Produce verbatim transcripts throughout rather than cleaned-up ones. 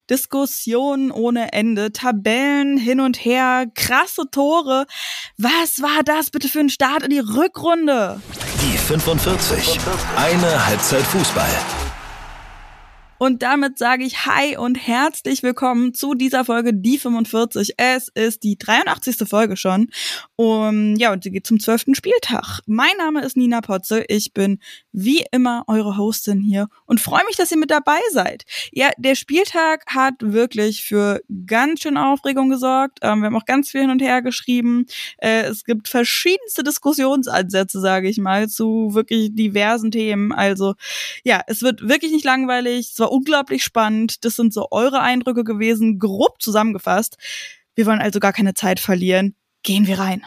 Diskussionen ohne Ende, Tabellen hin und her, krasse Tore. Was war das bitte für ein Start in die Rückrunde? Die fünfundvierzig. Eine Halbzeit Fußball. Und damit sage ich Hi und herzlich willkommen zu dieser Folge, die fünfundvierzig. Es ist die dreiundachtzigste Folge schon. Um, ja, und sie geht zum zwölften Spieltag. Mein Name ist Nina Potze. Ich bin wie immer eure Hostin hier und freue mich, dass ihr mit dabei seid. Ja, der Spieltag hat wirklich für ganz schön Aufregung gesorgt. Ähm, wir haben auch ganz viel hin und her geschrieben. Äh, es gibt verschiedenste Diskussionsansätze, sage ich mal, zu wirklich diversen Themen. Also ja, es wird wirklich nicht langweilig. Es war unglaublich spannend. Das sind so eure Eindrücke gewesen, grob zusammengefasst. Wir wollen also gar keine Zeit verlieren. Gehen wir rein.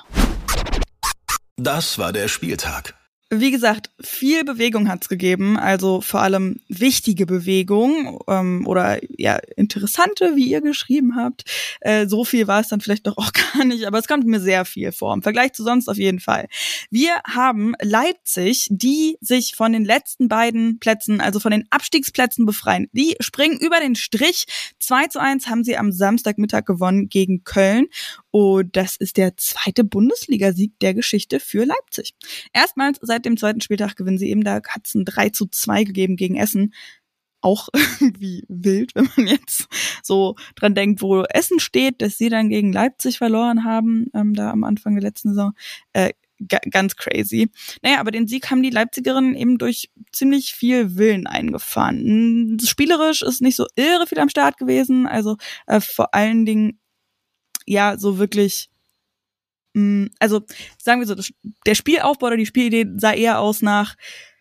Das war der Spieltag. Wie gesagt, viel Bewegung hat's gegeben, also vor allem wichtige Bewegung ähm, oder ja interessante, wie ihr geschrieben habt. Äh, so viel war es dann vielleicht doch auch gar nicht, aber es kommt mir sehr viel vor, im Vergleich zu sonst auf jeden Fall. Wir haben Leipzig, die sich von den letzten beiden Plätzen, also von den Abstiegsplätzen befreien. Die springen über den Strich. zwei zu eins haben sie am Samstagmittag gewonnen gegen Köln. Und das ist der zweite Bundesligasieg der Geschichte für Leipzig. Erstmals seit dem zweiten Spieltag gewinnen sie eben, da hat es ein drei zu zwei gegeben gegen Essen. Auch irgendwie wild, wenn man jetzt so dran denkt, wo Essen steht, dass sie dann gegen Leipzig verloren haben, ähm, da am Anfang der letzten Saison. Äh, g- ganz crazy. Naja, aber den Sieg haben die Leipzigerinnen eben durch ziemlich viel Willen eingefahren. Spielerisch ist nicht so irre viel am Start gewesen, also äh, vor allen Dingen ja, so wirklich, mh, also sagen wir so, das, der Spielaufbau oder die Spielidee sah eher aus nach,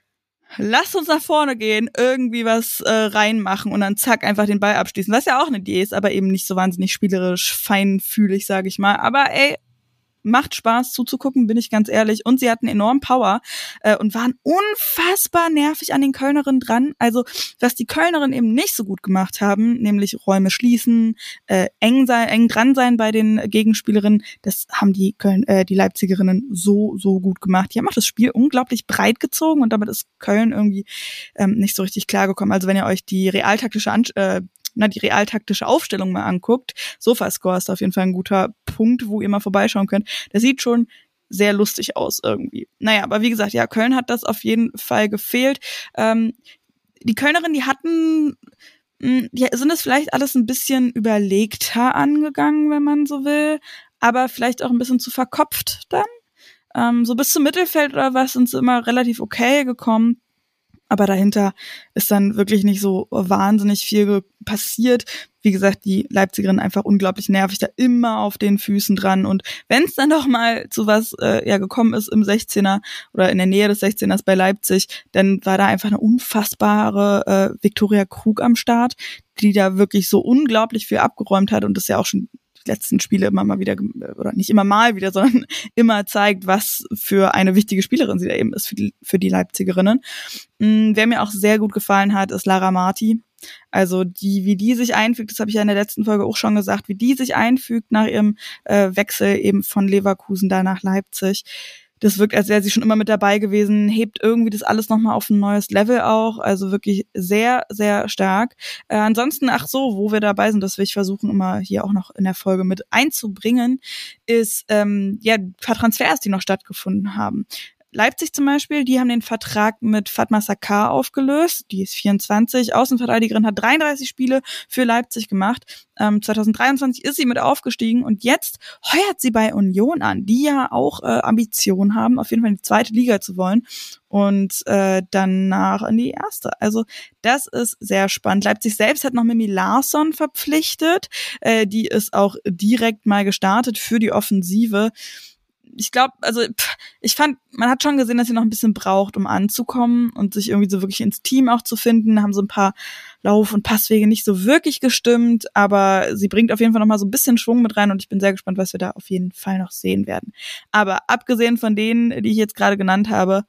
lasst uns nach vorne gehen, irgendwie was äh, reinmachen und dann zack, einfach den Ball abschließen, was ja auch eine Idee ist, aber eben nicht so wahnsinnig spielerisch, feinfühlig, sage ich mal. Aber ey, macht Spaß zuzugucken, bin ich ganz ehrlich. Und sie hatten enorm Power äh, und waren unfassbar nervig an den Kölnerinnen dran. Also was die Kölnerinnen eben nicht so gut gemacht haben, nämlich Räume schließen, äh, eng sein, eng dran sein bei den Gegenspielerinnen, das haben die Köln, äh, die Leipzigerinnen so so gut gemacht. Die haben auch das Spiel unglaublich breit gezogen und damit ist Köln irgendwie ähm, nicht so richtig klargekommen. Also wenn ihr euch die realtaktische An- äh, na, die realtaktische Aufstellung mal anguckt, Sofascore ist auf jeden Fall ein guter Punkt, wo ihr mal vorbeischauen könnt. Das sieht schon sehr lustig aus irgendwie. Naja, aber wie gesagt, ja, Köln hat das auf jeden Fall gefehlt. Ähm, die Kölnerinnen, die hatten, mh, die sind das vielleicht alles ein bisschen überlegter angegangen, wenn man so will, aber vielleicht auch ein bisschen zu verkopft dann. Ähm, so bis zum Mittelfeld oder was sind sie immer relativ okay gekommen. Aber dahinter ist dann wirklich nicht so wahnsinnig viel passiert. Wie gesagt, die Leipzigerinnen einfach unglaublich nervig, da immer auf den Füßen dran. Und wenn es dann doch mal zu was äh, ja gekommen ist im sechzehner oder in der Nähe des sechzehners bei Leipzig, dann war da einfach eine unfassbare äh, Viktoria Krug am Start, die da wirklich so unglaublich viel abgeräumt hat und das ja auch schon die letzten Spiele immer mal wieder, oder nicht immer mal wieder, sondern immer zeigt, was für eine wichtige Spielerin sie da eben ist für die, für die Leipzigerinnen. Mhm, wer mir auch sehr gut gefallen hat, ist Lara Marti. Also die, wie die sich einfügt, das habe ich ja in der letzten Folge auch schon gesagt, wie die sich einfügt nach ihrem äh, Wechsel eben von Leverkusen da nach Leipzig. Das wirkt, als wäre sie schon immer mit dabei gewesen, hebt irgendwie das alles nochmal auf ein neues Level auch, also wirklich sehr, sehr stark. Äh, ansonsten, ach so, wo wir dabei sind, das will ich versuchen immer hier auch noch in der Folge mit einzubringen, ist ähm, ja ein paar Transfers, die noch stattgefunden haben. Leipzig zum Beispiel, die haben den Vertrag mit Fatma Sakar aufgelöst. Die ist vierundzwanzig, Außenverteidigerin, hat dreiunddreißig Spiele für Leipzig gemacht. Ähm, zwanzig dreiundzwanzig ist sie mit aufgestiegen und jetzt heuert sie bei Union an, die ja auch äh, Ambitionen haben, auf jeden Fall in die zweite Liga zu wollen und äh, danach in die erste. Also das ist sehr spannend. Leipzig selbst hat noch Mimi Larsson verpflichtet. Äh, die ist auch direkt mal gestartet für die Offensive. Ich glaube, also pff, ich fand, man hat schon gesehen, dass sie noch ein bisschen braucht, um anzukommen und sich irgendwie so wirklich ins Team auch zu finden. Da haben so ein paar Lauf- und Passwege nicht so wirklich gestimmt, aber sie bringt auf jeden Fall noch mal so ein bisschen Schwung mit rein und ich bin sehr gespannt, was wir da auf jeden Fall noch sehen werden. Aber abgesehen von denen, die ich jetzt gerade genannt habe,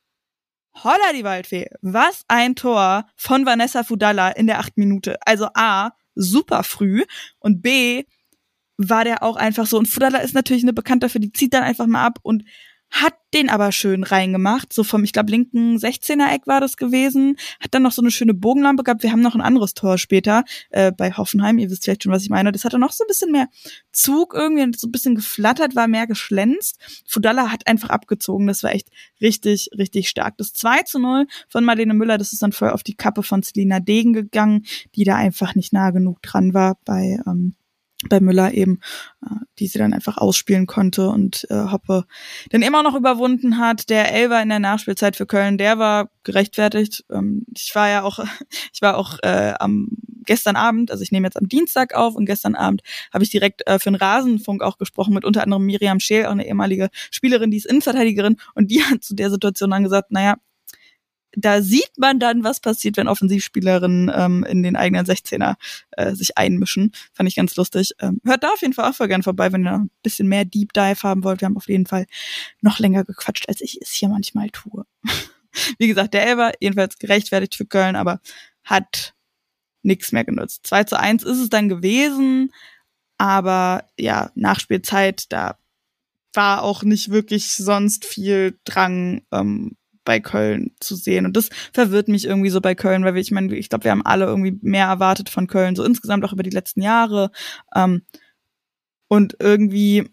holla die Waldfee, was ein Tor von Vanessa Fudalla in der achten Minute. Also A, super früh und B, war der auch einfach so. Und Fudalla ist natürlich eine Bekannt dafür, die zieht dann einfach mal ab und hat den aber schön reingemacht, so vom, ich glaube, linken sechzehner-Eck war das gewesen, hat dann noch so eine schöne Bogenlampe gehabt. Wir haben noch ein anderes Tor später äh, bei Hoffenheim, ihr wisst vielleicht schon, was ich meine. Das hatte noch so ein bisschen mehr Zug irgendwie, so ein bisschen geflattert, war mehr geschlänzt. Fudalla hat einfach abgezogen, das war echt richtig, richtig stark. Das zwei zu null von Marlene Müller, das ist dann voll auf die Kappe von Selina Degen gegangen, die da einfach nicht nah genug dran war bei ähm, bei Müller eben, die sie dann einfach ausspielen konnte und äh, Hoppe dann immer noch überwunden hat. Der Elfer in der Nachspielzeit für Köln, der war gerechtfertigt. Ähm, ich war ja auch, ich war auch äh, am gestern Abend, also ich nehme jetzt am Dienstag auf und gestern Abend habe ich direkt äh, für den Rasenfunk auch gesprochen mit unter anderem Miriam Scheel, auch eine ehemalige Spielerin, die ist Innenverteidigerin und die hat zu der Situation dann gesagt, naja, da sieht man dann, was passiert, wenn Offensivspielerinnen ähm, in den eigenen sechzehner äh, sich einmischen. Fand ich ganz lustig. Ähm, hört da auf jeden Fall auch voll gern vorbei, wenn ihr ein bisschen mehr Deep Dive haben wollt. Wir haben auf jeden Fall noch länger gequatscht, als ich es hier manchmal tue. Wie gesagt, der Elfer jedenfalls gerechtfertigt für Köln, aber hat nichts mehr genutzt. zwei zu eins ist es dann gewesen, aber ja, Nachspielzeit, da war auch nicht wirklich sonst viel Drang, ähm, bei Köln zu sehen. Und das verwirrt mich irgendwie so bei Köln, weil wir, ich meine, ich glaube, wir haben alle irgendwie mehr erwartet von Köln, so insgesamt auch über die letzten Jahre. Ähm, und irgendwie,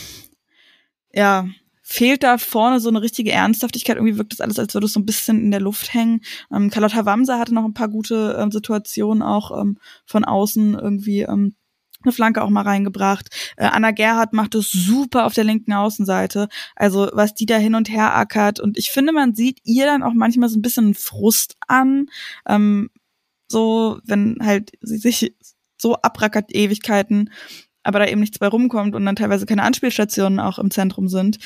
ja, fehlt da vorne so eine richtige Ernsthaftigkeit. Irgendwie wirkt das alles, als würde es so ein bisschen in der Luft hängen. Ähm, Carlotta Wamser hatte noch ein paar gute ähm, Situationen auch ähm, von außen irgendwie ähm, eine Flanke auch mal reingebracht. Äh, Anna Gerhardt macht es super auf der linken Außenseite. Also was die da hin und her ackert. Und ich finde, man sieht ihr dann auch manchmal so ein bisschen Frust an. Ähm, so, wenn halt sie sich so abrackert Ewigkeiten, aber da eben nichts bei rumkommt und dann teilweise keine Anspielstationen auch im Zentrum sind.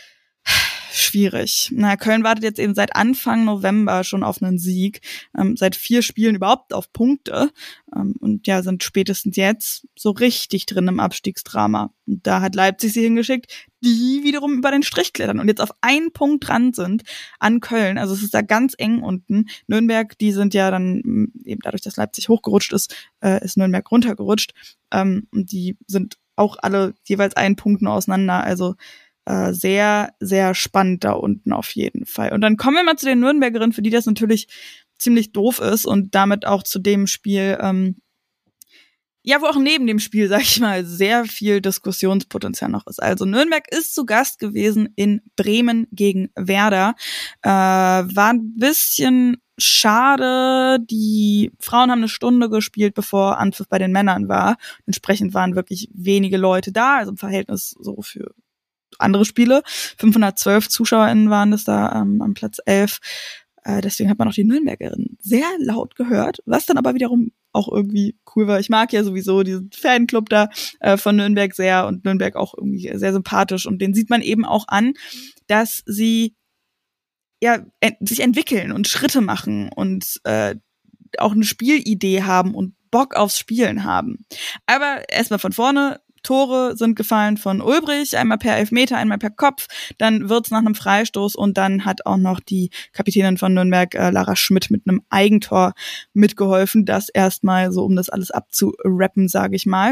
Schwierig. Na, Köln wartet jetzt eben seit Anfang November schon auf einen Sieg, ähm, seit vier Spielen überhaupt auf Punkte ähm, und ja, sind spätestens jetzt so richtig drin im Abstiegsdrama. Und da hat Leipzig sie hingeschickt, die wiederum über den Strich klettern und jetzt auf einen Punkt dran sind an Köln. Also es ist da ganz eng unten. Nürnberg, die sind ja dann eben dadurch, dass Leipzig hochgerutscht ist, äh, ist Nürnberg runtergerutscht. Ähm, und die sind auch alle jeweils einen Punkt nur auseinander. Also äh, sehr, sehr spannend da unten auf jeden Fall. Und dann kommen wir mal zu den Nürnbergerinnen, für die das natürlich ziemlich doof ist und damit auch zu dem Spiel, ähm, ja, wo auch neben dem Spiel, sag ich mal, sehr viel Diskussionspotenzial noch ist. Also Nürnberg ist zu Gast gewesen in Bremen gegen Werder. Äh, war ein bisschen schade. Die Frauen haben eine Stunde gespielt, bevor Anpfiff bei den Männern war. Entsprechend waren wirklich wenige Leute da, also im Verhältnis so für andere Spiele. fünfhundertzwölf ZuschauerInnen waren das da ähm, am Platz elf. Äh, deswegen hat man auch die Nürnbergerinnen sehr laut gehört, was dann aber wiederum auch irgendwie cool war. Ich mag ja sowieso diesen Fanclub da äh, von Nürnberg sehr und Nürnberg auch irgendwie sehr sympathisch. Und den sieht man eben auch an, dass sie ja ent- sich entwickeln und Schritte machen und äh, auch eine Spielidee haben und Bock aufs Spielen haben. Aber erstmal von vorne. Tore sind gefallen von Ulbrich, einmal per Elfmeter, einmal per Kopf, dann wird's nach einem Freistoß und dann hat auch noch die Kapitänin von Nürnberg, äh, Lara Schmidt, mit einem Eigentor mitgeholfen, das erstmal so, um das alles abzurappen, sage ich mal.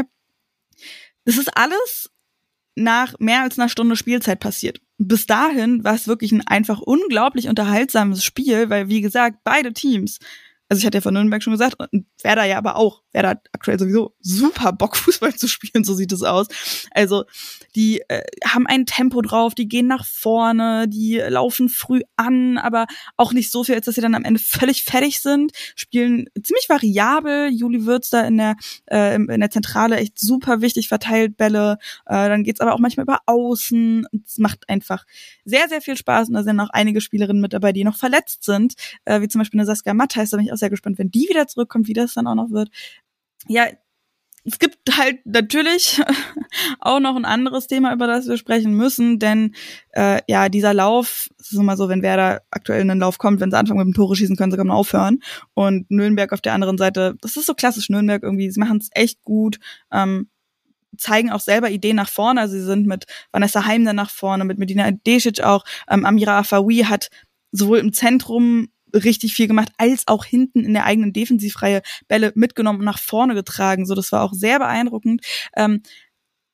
Das ist alles nach mehr als einer Stunde Spielzeit passiert. Bis dahin war es wirklich ein einfach unglaublich unterhaltsames Spiel, weil, wie gesagt, beide Teams, also ich hatte ja von Nürnberg schon gesagt, und Werder ja aber auch. Werder hat aktuell sowieso super Bock, Fußball zu spielen, so sieht es aus. Also die äh, haben ein Tempo drauf, die gehen nach vorne, die laufen früh an, aber auch nicht so viel, als dass sie dann am Ende völlig fertig sind. Spielen ziemlich variabel. Juli Würz da in der äh, in der Zentrale echt super wichtig, verteilt Bälle. Äh, dann geht's aber auch manchmal über Außen. Es macht einfach sehr, sehr viel Spaß. Und da sind auch einige Spielerinnen mit dabei, die noch verletzt sind, äh, wie zum Beispiel eine Saskia Matthijs. Da bin ich auch sehr gespannt, wenn die wieder zurückkommt, wie das dann auch noch wird. Ja, es gibt halt natürlich auch noch ein anderes Thema, über das wir sprechen müssen, denn äh, ja, dieser Lauf, es ist immer so, wenn Werder aktuell in den Lauf kommt, wenn sie anfangen mit dem Tore schießen, können sie kaum aufhören. Und Nürnberg auf der anderen Seite, das ist so klassisch Nürnberg irgendwie, sie machen es echt gut, ähm, zeigen auch selber Ideen nach vorne. Also sie sind mit Vanessa Heimler nach vorne, mit Medina Desic auch, ähm, Amira Afawi hat sowohl im Zentrum richtig viel gemacht, als auch hinten in der eigenen Defensivreihe Bälle mitgenommen und nach vorne getragen. So, das war auch sehr beeindruckend. Ähm,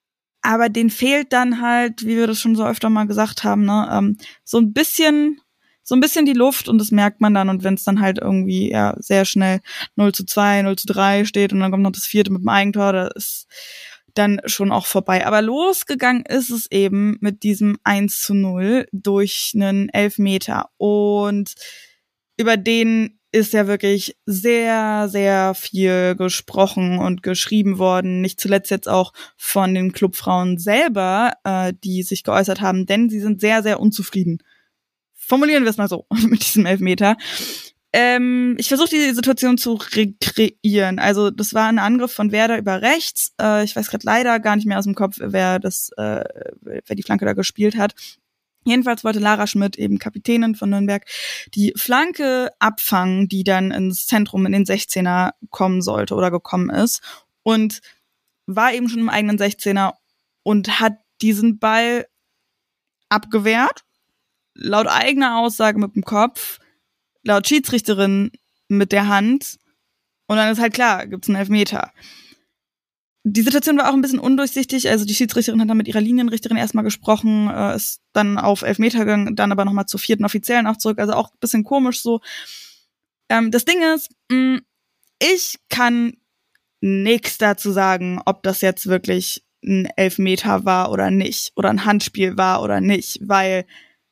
aber denen fehlt dann halt, wie wir das schon so öfter mal gesagt haben, ne, ähm, so ein bisschen, so ein bisschen die Luft und das merkt man dann. Und wenn es dann halt irgendwie ja sehr schnell null zu zwei, null zu drei steht und dann kommt noch das vierte mit dem Eigentor, da ist dann schon auch vorbei. Aber losgegangen ist es eben mit diesem eins zu null durch einen Elfmeter. Und über den ist ja wirklich sehr, sehr viel gesprochen und geschrieben worden. Nicht zuletzt jetzt auch von den Clubfrauen selber, äh, die sich geäußert haben, denn sie sind sehr, sehr unzufrieden. Formulieren wir es mal so, mit diesem Elfmeter. Ähm, ich versuche die Situation zu rekreieren. Also das war ein Angriff von Werder über rechts. Äh, ich weiß gerade leider gar nicht mehr aus dem Kopf, wer das, äh, wer die Flanke da gespielt hat. Jedenfalls wollte Lara Schmidt, eben Kapitänin von Nürnberg, die Flanke abfangen, die dann ins Zentrum in den sechzehner kommen sollte oder gekommen ist. Und war eben schon im eigenen sechzehner und hat diesen Ball abgewehrt. Laut eigener Aussage mit dem Kopf, laut Schiedsrichterin mit der Hand. Und dann ist halt klar, gibt's einen Elfmeter. Die Situation war auch ein bisschen undurchsichtig. Also die Schiedsrichterin hat dann mit ihrer Linienrichterin erstmal gesprochen, äh, ist dann auf Elfmeter gegangen, dann aber nochmal zur vierten Offiziellen auch zurück. Also auch ein bisschen komisch so. Ähm, das Ding ist, mh, ich kann nichts dazu sagen, ob das jetzt wirklich ein Elfmeter war oder nicht. Oder ein Handspiel war oder nicht. Weil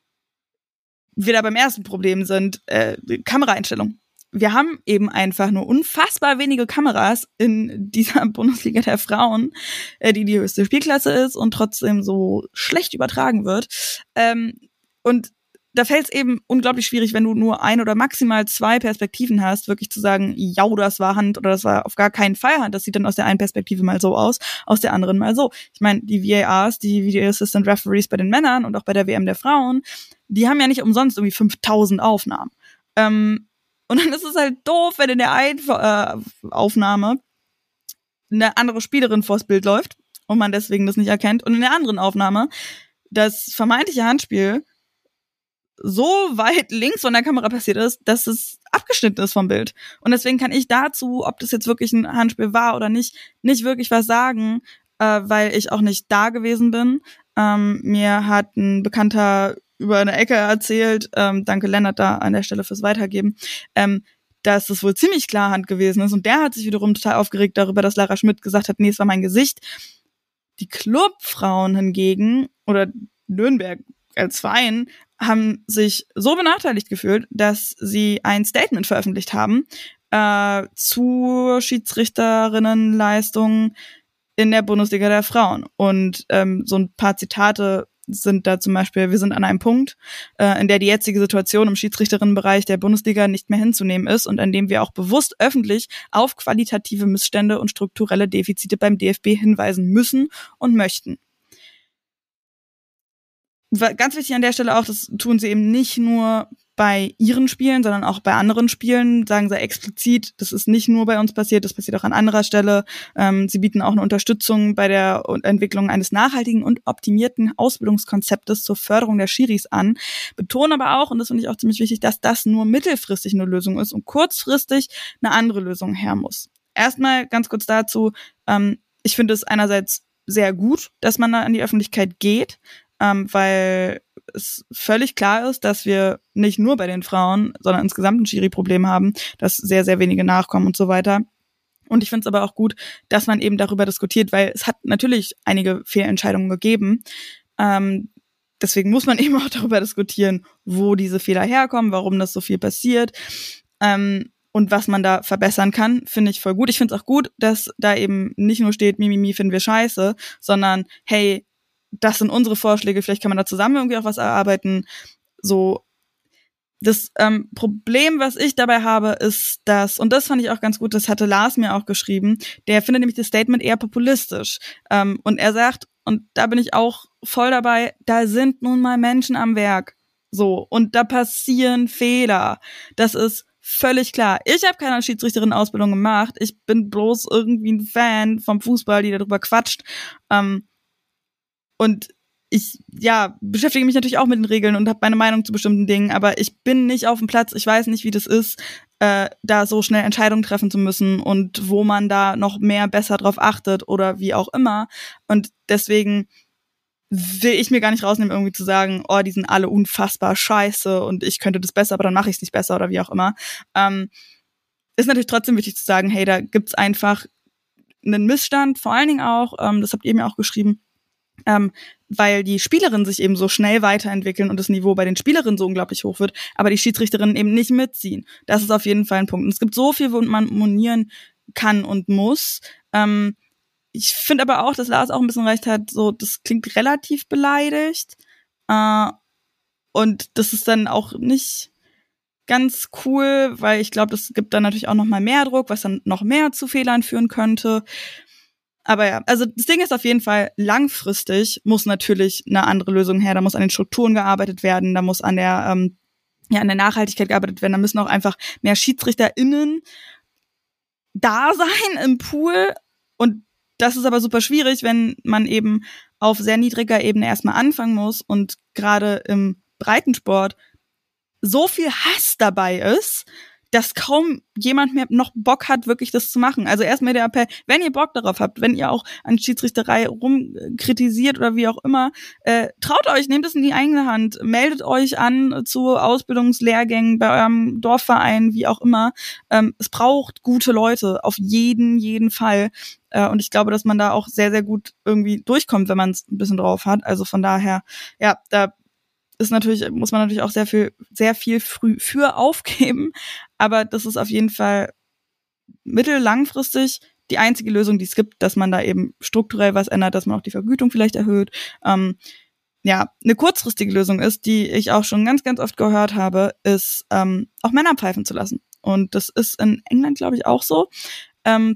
wir da beim ersten Problem sind, äh, Kameraeinstellung. Wir haben eben einfach nur unfassbar wenige Kameras in dieser Bundesliga der Frauen, äh, die die höchste Spielklasse ist und trotzdem so schlecht übertragen wird. Ähm, und da fällt es eben unglaublich schwierig, wenn du nur ein oder maximal zwei Perspektiven hast, wirklich zu sagen, ja, das war Hand oder das war auf gar keinen Fall Hand. Das sieht dann aus der einen Perspektive mal so aus, aus der anderen mal so. Ich meine, die V A Rs, die Video Assistant Referees bei den Männern und auch bei der W M der Frauen, die haben ja nicht umsonst irgendwie fünftausend Aufnahmen. Ähm, Und dann ist es halt doof, wenn in der einen äh, Aufnahme eine andere Spielerin vors Bild läuft und man deswegen das nicht erkennt. Und in der anderen Aufnahme das vermeintliche Handspiel so weit links von der Kamera passiert ist, dass es abgeschnitten ist vom Bild. Und deswegen kann ich dazu, ob das jetzt wirklich ein Handspiel war oder nicht, nicht wirklich was sagen, äh, weil ich auch nicht da gewesen bin. Ähm, mir hat ein Bekannter über eine Ecke erzählt, ähm, danke Lennart da an der Stelle fürs Weitergeben, ähm, dass es wohl ziemlich klar Hand gewesen ist. Und der hat sich wiederum total aufgeregt darüber, dass Lara Schmidt gesagt hat, nee, es war mein Gesicht. Die Clubfrauen hingegen, oder Nürnberg als Verein, haben sich so benachteiligt gefühlt, dass sie ein Statement veröffentlicht haben äh, zu Schiedsrichterinnenleistungen in der Bundesliga der Frauen. Und ähm, so ein paar Zitate sind da zum Beispiel, wir sind an einem Punkt, äh, in der die jetzige Situation im Schiedsrichterinnenbereich der Bundesliga nicht mehr hinzunehmen ist und an dem wir auch bewusst öffentlich auf qualitative Missstände und strukturelle Defizite beim D F B hinweisen müssen und möchten. Ganz wichtig an der Stelle auch, das tun sie eben nicht nur bei ihren Spielen, sondern auch bei anderen Spielen, sagen sie explizit, das ist nicht nur bei uns passiert, das passiert auch an anderer Stelle. Ähm, sie bieten auch eine Unterstützung bei der Entwicklung eines nachhaltigen und optimierten Ausbildungskonzeptes zur Förderung der Schiris an, betonen aber auch, und das finde ich auch ziemlich wichtig, dass das nur mittelfristig eine Lösung ist und kurzfristig eine andere Lösung her muss. Erstmal ganz kurz dazu, ähm, ich finde es einerseits sehr gut, dass man da an die Öffentlichkeit geht, ähm, weil es völlig klar ist, dass wir nicht nur bei den Frauen, sondern insgesamt ein Schiri-Problem haben, dass sehr, sehr wenige nachkommen und so weiter. Und ich finde es aber auch gut, dass man eben darüber diskutiert, weil es hat natürlich einige Fehlentscheidungen gegeben. Ähm, deswegen muss man eben auch darüber diskutieren, wo diese Fehler herkommen, warum das so viel passiert. Ähm, und was man da verbessern kann, finde ich voll gut. Ich finde es auch gut, dass da eben nicht nur steht, Mimimi finden wir scheiße, sondern hey, das sind unsere Vorschläge, vielleicht kann man da zusammen irgendwie auch was erarbeiten. So, das ähm, Problem, was ich dabei habe, ist, dass, und das fand ich auch ganz gut, das hatte Lars mir auch geschrieben, der findet nämlich das Statement eher populistisch. Ähm, und er sagt, und da bin ich auch voll dabei, da sind nun mal Menschen am Werk. So, und da passieren Fehler. Das ist völlig klar. Ich habe keine Schiedsrichterin-Ausbildung gemacht. Ich bin bloß irgendwie ein Fan vom Fußball, die darüber quatscht. Ähm, Und ich, ja, beschäftige mich natürlich auch mit den Regeln und habe meine Meinung zu bestimmten Dingen, aber ich bin nicht auf dem Platz, ich weiß nicht, wie das ist, äh, da so schnell Entscheidungen treffen zu müssen und wo man da noch mehr besser drauf achtet oder wie auch immer. Und deswegen will ich mir gar nicht rausnehmen, irgendwie zu sagen, oh, die sind alle unfassbar scheiße und ich könnte das besser, aber dann mache ich es nicht besser oder wie auch immer. Ähm, ist natürlich trotzdem wichtig zu sagen, hey, da gibt's einfach einen Missstand, vor allen Dingen auch, ähm, das habt ihr mir auch geschrieben, ähm, weil die Spielerinnen sich eben so schnell weiterentwickeln und das Niveau bei den Spielerinnen so unglaublich hoch wird, aber die Schiedsrichterinnen eben nicht mitziehen. Das ist auf jeden Fall ein Punkt. Und es gibt so viel, wo man monieren kann und muss. Ähm, ich finde aber auch, dass Lars auch ein bisschen recht hat, so, das klingt relativ beleidigt. Äh, und das ist dann auch nicht ganz cool, weil ich glaube, das gibt dann natürlich auch noch mal mehr Druck, was dann noch mehr zu Fehlern führen könnte. Aber ja, also das Ding ist auf jeden Fall, langfristig muss natürlich eine andere Lösung her. Da muss an den Strukturen gearbeitet werden, da muss an der ähm, ja an der Nachhaltigkeit gearbeitet werden. Da müssen auch einfach mehr SchiedsrichterInnen da sein im Pool. Und das ist aber super schwierig, wenn man eben auf sehr niedriger Ebene erstmal anfangen muss und gerade im Breitensport so viel Hass dabei ist, dass kaum jemand mehr noch Bock hat, wirklich das zu machen. Also erstmal der Appell, wenn ihr Bock darauf habt, wenn ihr auch an Schiedsrichterei rumkritisiert oder wie auch immer, äh, traut euch, nehmt es in die eigene Hand, meldet euch an zu Ausbildungslehrgängen bei eurem Dorfverein, wie auch immer. Ähm, es braucht gute Leute, auf jeden, jeden Fall. Äh, und ich glaube, dass man da auch sehr, sehr gut irgendwie durchkommt, wenn man es ein bisschen drauf hat. Also von daher, ja, da ist natürlich, muss man natürlich auch sehr viel, sehr viel früh für aufgeben. Aber das ist auf jeden Fall mittel-langfristig die einzige Lösung, die es gibt, dass man da eben strukturell was ändert, dass man auch die Vergütung vielleicht erhöht. Ähm, ja, eine kurzfristige Lösung ist, die ich auch schon ganz, ganz oft gehört habe, ist ähm, auch Männer pfeifen zu lassen. Und das ist in England, glaube ich, auch so. Ähm,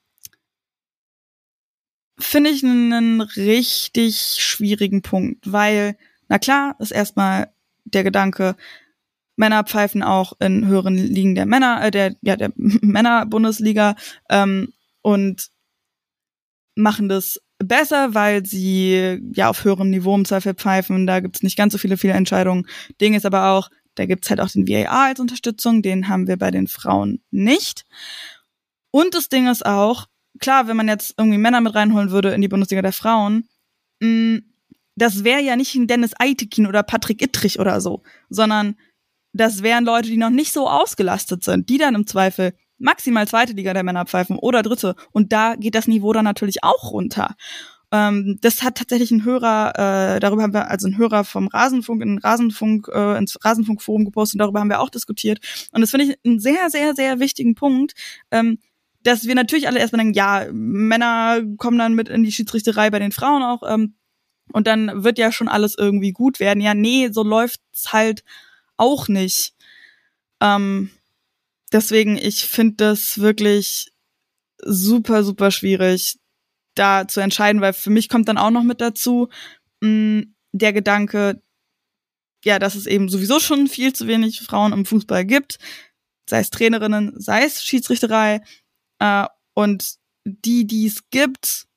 finde ich einen richtig schwierigen Punkt, weil na klar, ist erstmal der Gedanke, Männer pfeifen auch in höheren Ligen der Männer, äh, der, ja, der Männer-Bundesliga, ähm, und machen das besser, weil sie ja auf höherem Niveau im Zweifel pfeifen. Da gibt's nicht ganz so viele, viele Entscheidungen. Ding ist aber auch, da gibt's halt auch den V A R als Unterstützung, den haben wir bei den Frauen nicht. Und das Ding ist auch, klar, wenn man jetzt irgendwie Männer mit reinholen würde in die Bundesliga der Frauen, mh, das wäre ja nicht ein Dennis Eitekin oder Patrick Ittrich oder so, sondern das wären Leute, die noch nicht so ausgelastet sind, die dann im Zweifel maximal zweite Liga der Männer pfeifen oder dritte. Und da geht das Niveau dann natürlich auch runter. Ähm, das hat tatsächlich ein Hörer, äh, darüber haben wir, also ein Hörer vom Rasenfunk, in Rasenfunk, äh, ins Rasenfunkforum gepostet, und darüber haben wir auch diskutiert. Und das finde ich einen sehr, sehr, sehr wichtigen Punkt, ähm, dass wir natürlich alle erstmal denken, ja, Männer kommen dann mit in die Schiedsrichterei bei den Frauen auch, ähm, und dann wird ja schon alles irgendwie gut werden. Ja, nee, so läuft's halt auch nicht. Ähm, deswegen, ich finde das wirklich super, super schwierig, da zu entscheiden, weil für mich kommt dann auch noch mit dazu mh, der Gedanke, ja, dass es eben sowieso schon viel zu wenig Frauen im Fußball gibt, sei es Trainerinnen, sei es Schiedsrichterei, äh, und die, die es gibt,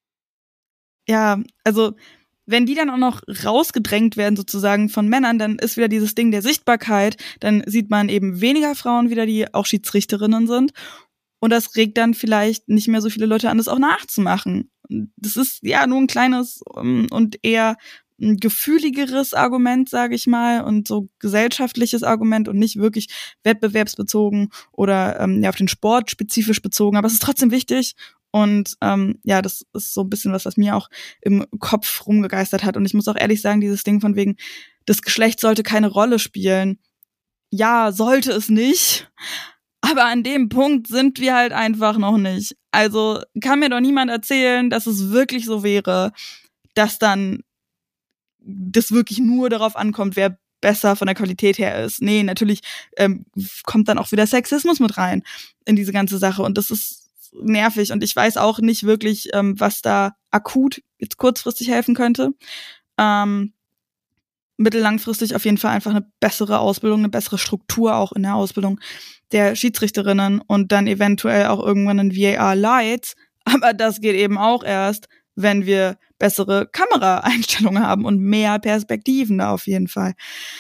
ja, also wenn die dann auch noch rausgedrängt werden sozusagen von Männern, dann ist wieder dieses Ding der Sichtbarkeit, dann sieht man eben weniger Frauen wieder, die auch Schiedsrichterinnen sind, und das regt dann vielleicht nicht mehr so viele Leute an, das auch nachzumachen. Das ist ja nur ein kleines um, und eher ein gefühligeres Argument, sage ich mal, und so gesellschaftliches Argument und nicht wirklich wettbewerbsbezogen oder ähm, ja auf den Sport spezifisch bezogen, aber es ist trotzdem wichtig. Und ähm, ja, das ist so ein bisschen was, was mir auch im Kopf rumgegeistert hat. Und ich muss auch ehrlich sagen, dieses Ding von wegen, das Geschlecht sollte keine Rolle spielen. Ja, sollte es nicht. Aber an dem Punkt sind wir halt einfach noch nicht. Also kann mir doch niemand erzählen, dass es wirklich so wäre, dass dann das wirklich nur darauf ankommt, wer besser von der Qualität her ist. Nee, natürlich ähm, kommt dann auch wieder Sexismus mit rein in diese ganze Sache. Und das ist nervig, und ich weiß auch nicht wirklich, ähm, was da akut jetzt kurzfristig helfen könnte. Ähm, mittellangfristig auf jeden Fall einfach eine bessere Ausbildung, eine bessere Struktur auch in der Ausbildung der Schiedsrichterinnen und dann eventuell auch irgendwann ein V A R Light. Aber das geht eben auch erst, wenn wir bessere Kameraeinstellungen haben und mehr Perspektiven da auf jeden Fall.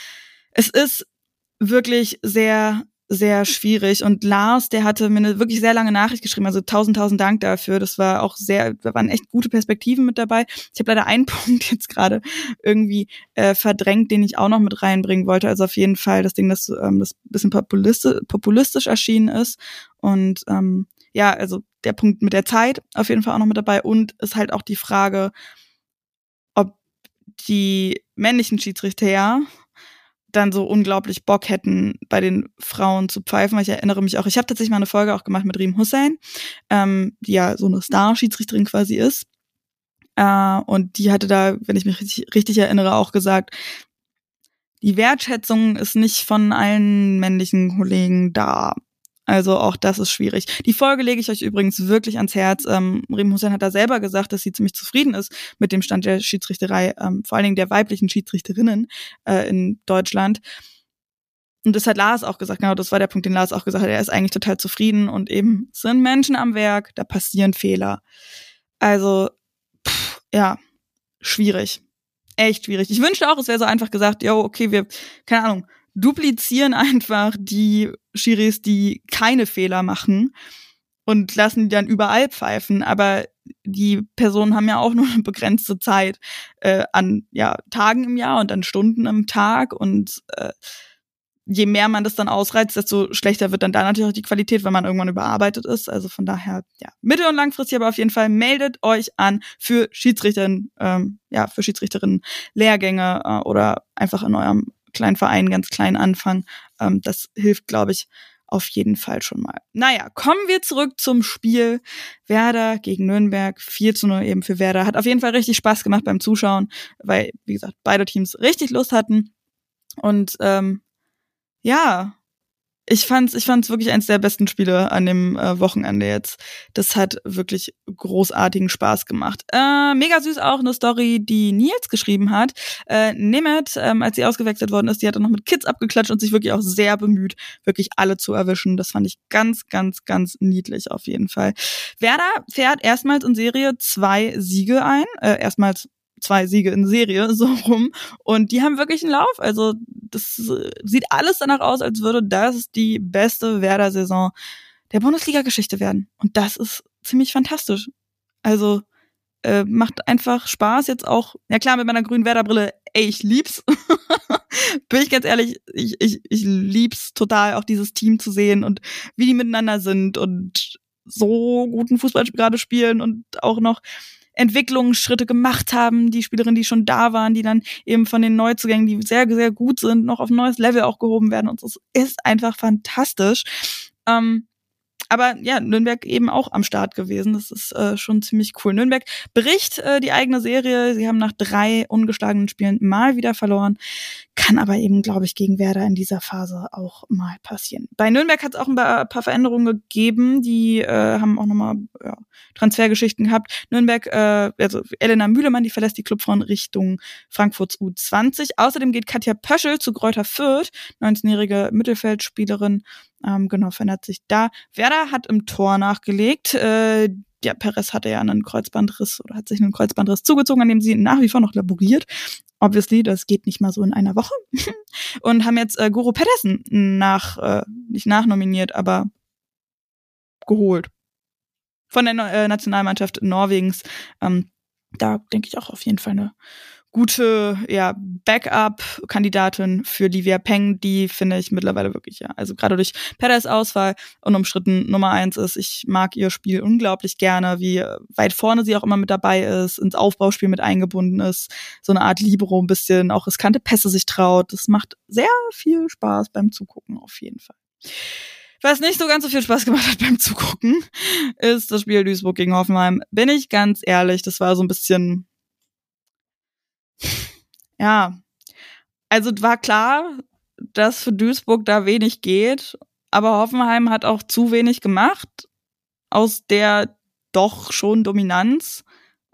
Es ist wirklich sehr, sehr schwierig. Und Lars, der hatte mir eine wirklich sehr lange Nachricht geschrieben, also tausend, tausend Dank dafür. Das war auch sehr, da waren echt gute Perspektiven mit dabei. Ich habe leider einen Punkt jetzt gerade irgendwie äh, verdrängt, den ich auch noch mit reinbringen wollte. Also auf jeden Fall das Ding, das, ähm, das bisschen populistisch, populistisch erschienen ist. Und ähm, ja, also der Punkt mit der Zeit auf jeden Fall auch noch mit dabei. Und ist halt auch die Frage, ob die männlichen Schiedsrichter ja dann so unglaublich Bock hätten, bei den Frauen zu pfeifen. Weil ich erinnere mich auch, ich habe tatsächlich mal eine Folge auch gemacht mit Riem Hussein, ähm, die ja so eine Star-Schiedsrichterin quasi ist. Äh, und die hatte da, wenn ich mich richtig, richtig erinnere, auch gesagt, die Wertschätzung ist nicht von allen männlichen Kollegen da. Also auch das ist schwierig. Die Folge lege ich euch übrigens wirklich ans Herz. Ähm, Riem Hussein hat da selber gesagt, dass sie ziemlich zufrieden ist mit dem Stand der Schiedsrichterei, ähm, vor allen Dingen der weiblichen Schiedsrichterinnen äh, in Deutschland. Und das hat Lars auch gesagt, genau, das war der Punkt, den Lars auch gesagt hat. Er ist eigentlich total zufrieden und eben sind Menschen am Werk, da passieren Fehler. Also, pff, ja, schwierig. Echt schwierig. Ich wünschte auch, es wäre so einfach gesagt, jo, okay, wir, keine Ahnung, duplizieren einfach die Schiris, die keine Fehler machen und lassen die dann überall pfeifen. Aber die Personen haben ja auch nur eine begrenzte Zeit äh, an ja Tagen im Jahr und an Stunden im Tag. Und äh, je mehr man das dann ausreizt, desto schlechter wird dann da natürlich auch die Qualität, wenn man irgendwann überarbeitet ist. Also von daher, ja, mittel- und langfristig aber auf jeden Fall meldet euch an für Schiedsrichterinnen, ähm, ja, für Schiedsrichterinnen Lehrgänge äh, oder einfach in eurem kleinen Verein ganz klein anfangen. Ähm, das hilft, glaube ich, auf jeden Fall schon mal. Naja, kommen wir zurück zum Spiel. Werder gegen Nürnberg, vier zu null eben für Werder. Hat auf jeden Fall richtig Spaß gemacht beim Zuschauen, weil, wie gesagt, beide Teams richtig Lust hatten. Und ähm, ja, ich fand's, ich fand's wirklich eins der besten Spiele an dem äh, Wochenende jetzt. Das hat wirklich großartigen Spaß gemacht. Äh, mega süß auch eine Story, die Nils geschrieben hat. Äh, Nemeth, ähm, als sie ausgewechselt worden ist, die hat dann noch mit Kids abgeklatscht und sich wirklich auch sehr bemüht, wirklich alle zu erwischen. Das fand ich ganz, ganz, ganz niedlich auf jeden Fall. Werder fährt erstmals in Serie zwei Siege ein. Äh, erstmals zwei Siege in Serie, so rum. Und die haben wirklich einen Lauf. Also das sieht alles danach aus, als würde das die beste Werder-Saison der Bundesliga-Geschichte werden. Und das ist ziemlich fantastisch. Also äh, macht einfach Spaß jetzt auch. Ja klar, mit meiner grünen Werder-Brille, ey, ich lieb's. Bin ich ganz ehrlich, ich, ich, ich lieb's total, auch dieses Team zu sehen und wie die miteinander sind und so guten Fußball gerade spielen und auch noch Entwicklungsschritte gemacht haben, die Spielerinnen, die schon da waren, die dann eben von den Neuzugängen, die sehr, sehr gut sind, noch auf ein neues Level auch gehoben werden. Und es ist einfach fantastisch. Ähm, aber ja, Nürnberg eben auch am Start gewesen. Das ist äh, schon ziemlich cool. Nürnberg bricht äh, die eigene Serie. Sie haben nach drei ungeschlagenen Spielen mal wieder verloren. Kann aber eben, glaube ich, gegen Werder in dieser Phase auch mal passieren. Bei Nürnberg hat es auch ein paar Veränderungen gegeben. Die äh, haben auch nochmal ja, Transfergeschichten gehabt. Nürnberg, äh, also Elena Mühlemann, die verlässt die Clubfrauen Richtung Frankfurts U zwanzig. Außerdem geht Katja Pöschel zu Greuther Fürth, neunzehnjährige Mittelfeldspielerin. Ähm, genau, verändert sich da. Werder hat im Tor nachgelegt. Äh, ja, Perez hatte ja einen Kreuzbandriss oder hat sich einen Kreuzbandriss zugezogen, an dem sie nach wie vor noch laboriert. Obviously, das geht nicht mal so in einer Woche. Und haben jetzt äh, Guro Pedersen nach, äh, nicht nachnominiert, aber geholt. Von der äh, Nationalmannschaft Norwegens. Ähm, da denke ich auch auf jeden Fall eine gute ja, Backup-Kandidatin für Livia Peng, die finde ich mittlerweile wirklich, ja, also gerade durch Perez Auswahl unumstritten Nummer eins ist. Ich mag ihr Spiel unglaublich gerne, wie weit vorne sie auch immer mit dabei ist, ins Aufbauspiel mit eingebunden ist, so eine Art Libero ein bisschen, auch riskante Pässe sich traut. Das macht sehr viel Spaß beim Zugucken auf jeden Fall. Was nicht so ganz so viel Spaß gemacht hat beim Zugucken, ist das Spiel Duisburg gegen Hoffenheim. Bin ich ganz ehrlich, das war so ein bisschen ja, also war klar, dass für Duisburg da wenig geht, aber Hoffenheim hat auch zu wenig gemacht aus der doch schon Dominanz.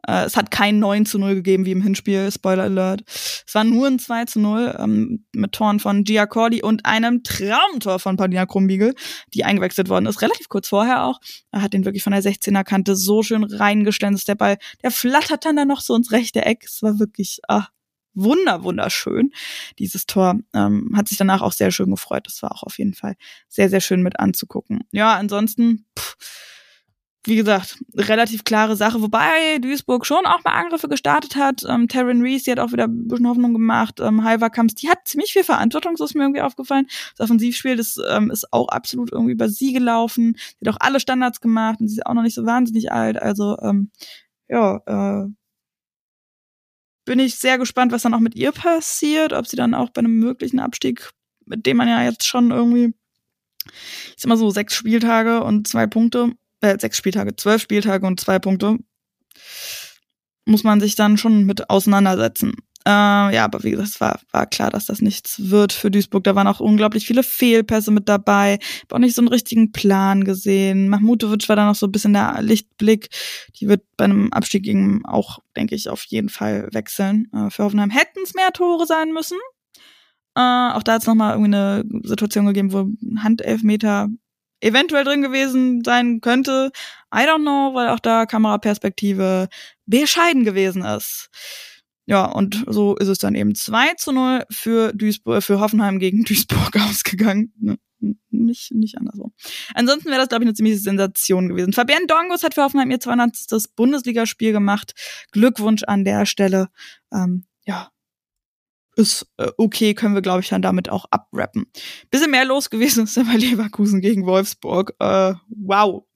Äh, es hat kein neun zu null gegeben wie im Hinspiel, Spoiler Alert. Es war nur ein zwei zu null ähm, mit Toren von Giacordi und einem Traumtor von Paulina Krumbiegel, die eingewechselt worden ist, relativ kurz vorher auch. Er hat den wirklich von der sechzehner Kante so schön reingeschlänzt, der Ball, der flattert dann da noch so ins rechte Eck. Es war wirklich ah, wunder, wunderschön, dieses Tor. Ähm, hat sich danach auch sehr schön gefreut. Das war auch auf jeden Fall sehr, sehr schön mit anzugucken. Ja, ansonsten, pff, wie gesagt, relativ klare Sache, wobei Duisburg schon auch mal Angriffe gestartet hat. Ähm, Taryn Rees, die hat auch wieder ein bisschen Hoffnung gemacht. Ähm, Halva Kamps, die hat ziemlich viel Verantwortung, so ist mir irgendwie aufgefallen. Das Offensivspiel, das ähm, ist auch absolut irgendwie über sie gelaufen. Sie hat auch alle Standards gemacht und sie ist auch noch nicht so wahnsinnig alt. Also, ähm, ja, äh, bin ich sehr gespannt, was dann auch mit ihr passiert, ob sie dann auch bei einem möglichen Abstieg, mit dem man ja jetzt schon irgendwie, ich sag mal so, sechs Spieltage und zwei Punkte, äh, sechs Spieltage, zwölf Spieltage und zwei Punkte, muss man sich dann schon mit auseinandersetzen. Äh, ja, aber wie gesagt, es war, war klar, dass das nichts wird für Duisburg. Da waren auch unglaublich viele Fehlpässe mit dabei. Hab auch nicht so einen richtigen Plan gesehen. Mahmutovic war da noch so ein bisschen der Lichtblick. Die wird bei einem Abstieg gegen auch, denke ich, auf jeden Fall wechseln. Äh, für Hoffenheim hätten es mehr Tore sein müssen. Äh, auch da hat es nochmal irgendwie eine Situation gegeben, wo ein Handelfmeter eventuell drin gewesen sein könnte. I don't know, weil auch da Kameraperspektive bescheiden gewesen ist. Ja, und so ist es dann eben zwei zu null für Duisburg, für Hoffenheim gegen Duisburg ausgegangen. Nicht, nicht anderswo. Ansonsten wäre das, glaube ich, eine ziemliche Sensation gewesen. Fabienne Dongos hat für Hoffenheim ihr zweihundertstes Bundesligaspiel gemacht. Glückwunsch an der Stelle. Ähm, ja, ist äh, okay, können wir, glaube ich, dann damit auch abrappen. Bisschen mehr los gewesen ist dann bei Leverkusen gegen Wolfsburg. Äh, wow.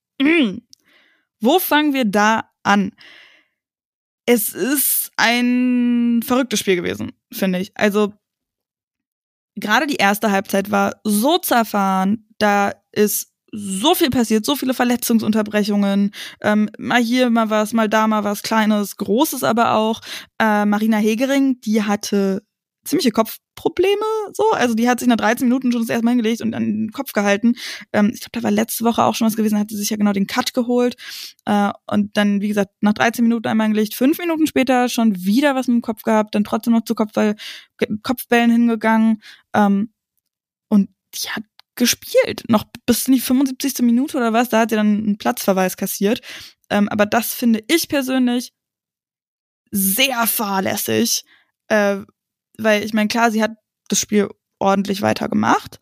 Wo fangen wir da an? Es ist ein verrücktes Spiel gewesen, finde ich. Also gerade die erste Halbzeit war so zerfahren, da ist so viel passiert, so viele Verletzungsunterbrechungen, ähm, mal hier, mal was, mal da, mal was Kleines, Großes aber auch. Äh, Marina Hegering, die hatte ziemliche Kopfprobleme, so, also die hat sich nach dreizehn Minuten schon das erste Mal hingelegt und an den Kopf gehalten. Ähm, ich glaube, da war letzte Woche auch schon was gewesen, hat sie sich ja genau den Cut geholt äh, und dann, wie gesagt, nach dreizehn Minuten einmal hingelegt, fünf Minuten später schon wieder was mit dem Kopf gehabt, dann trotzdem noch zu Kopfball, Kopfbällen hingegangen ähm, und die hat gespielt, noch bis in die fünfundsiebzigste Minute oder was, da hat sie dann einen Platzverweis kassiert. Ähm, aber das finde ich persönlich sehr fahrlässig, äh, weil ich meine, klar, sie hat das Spiel ordentlich weitergemacht,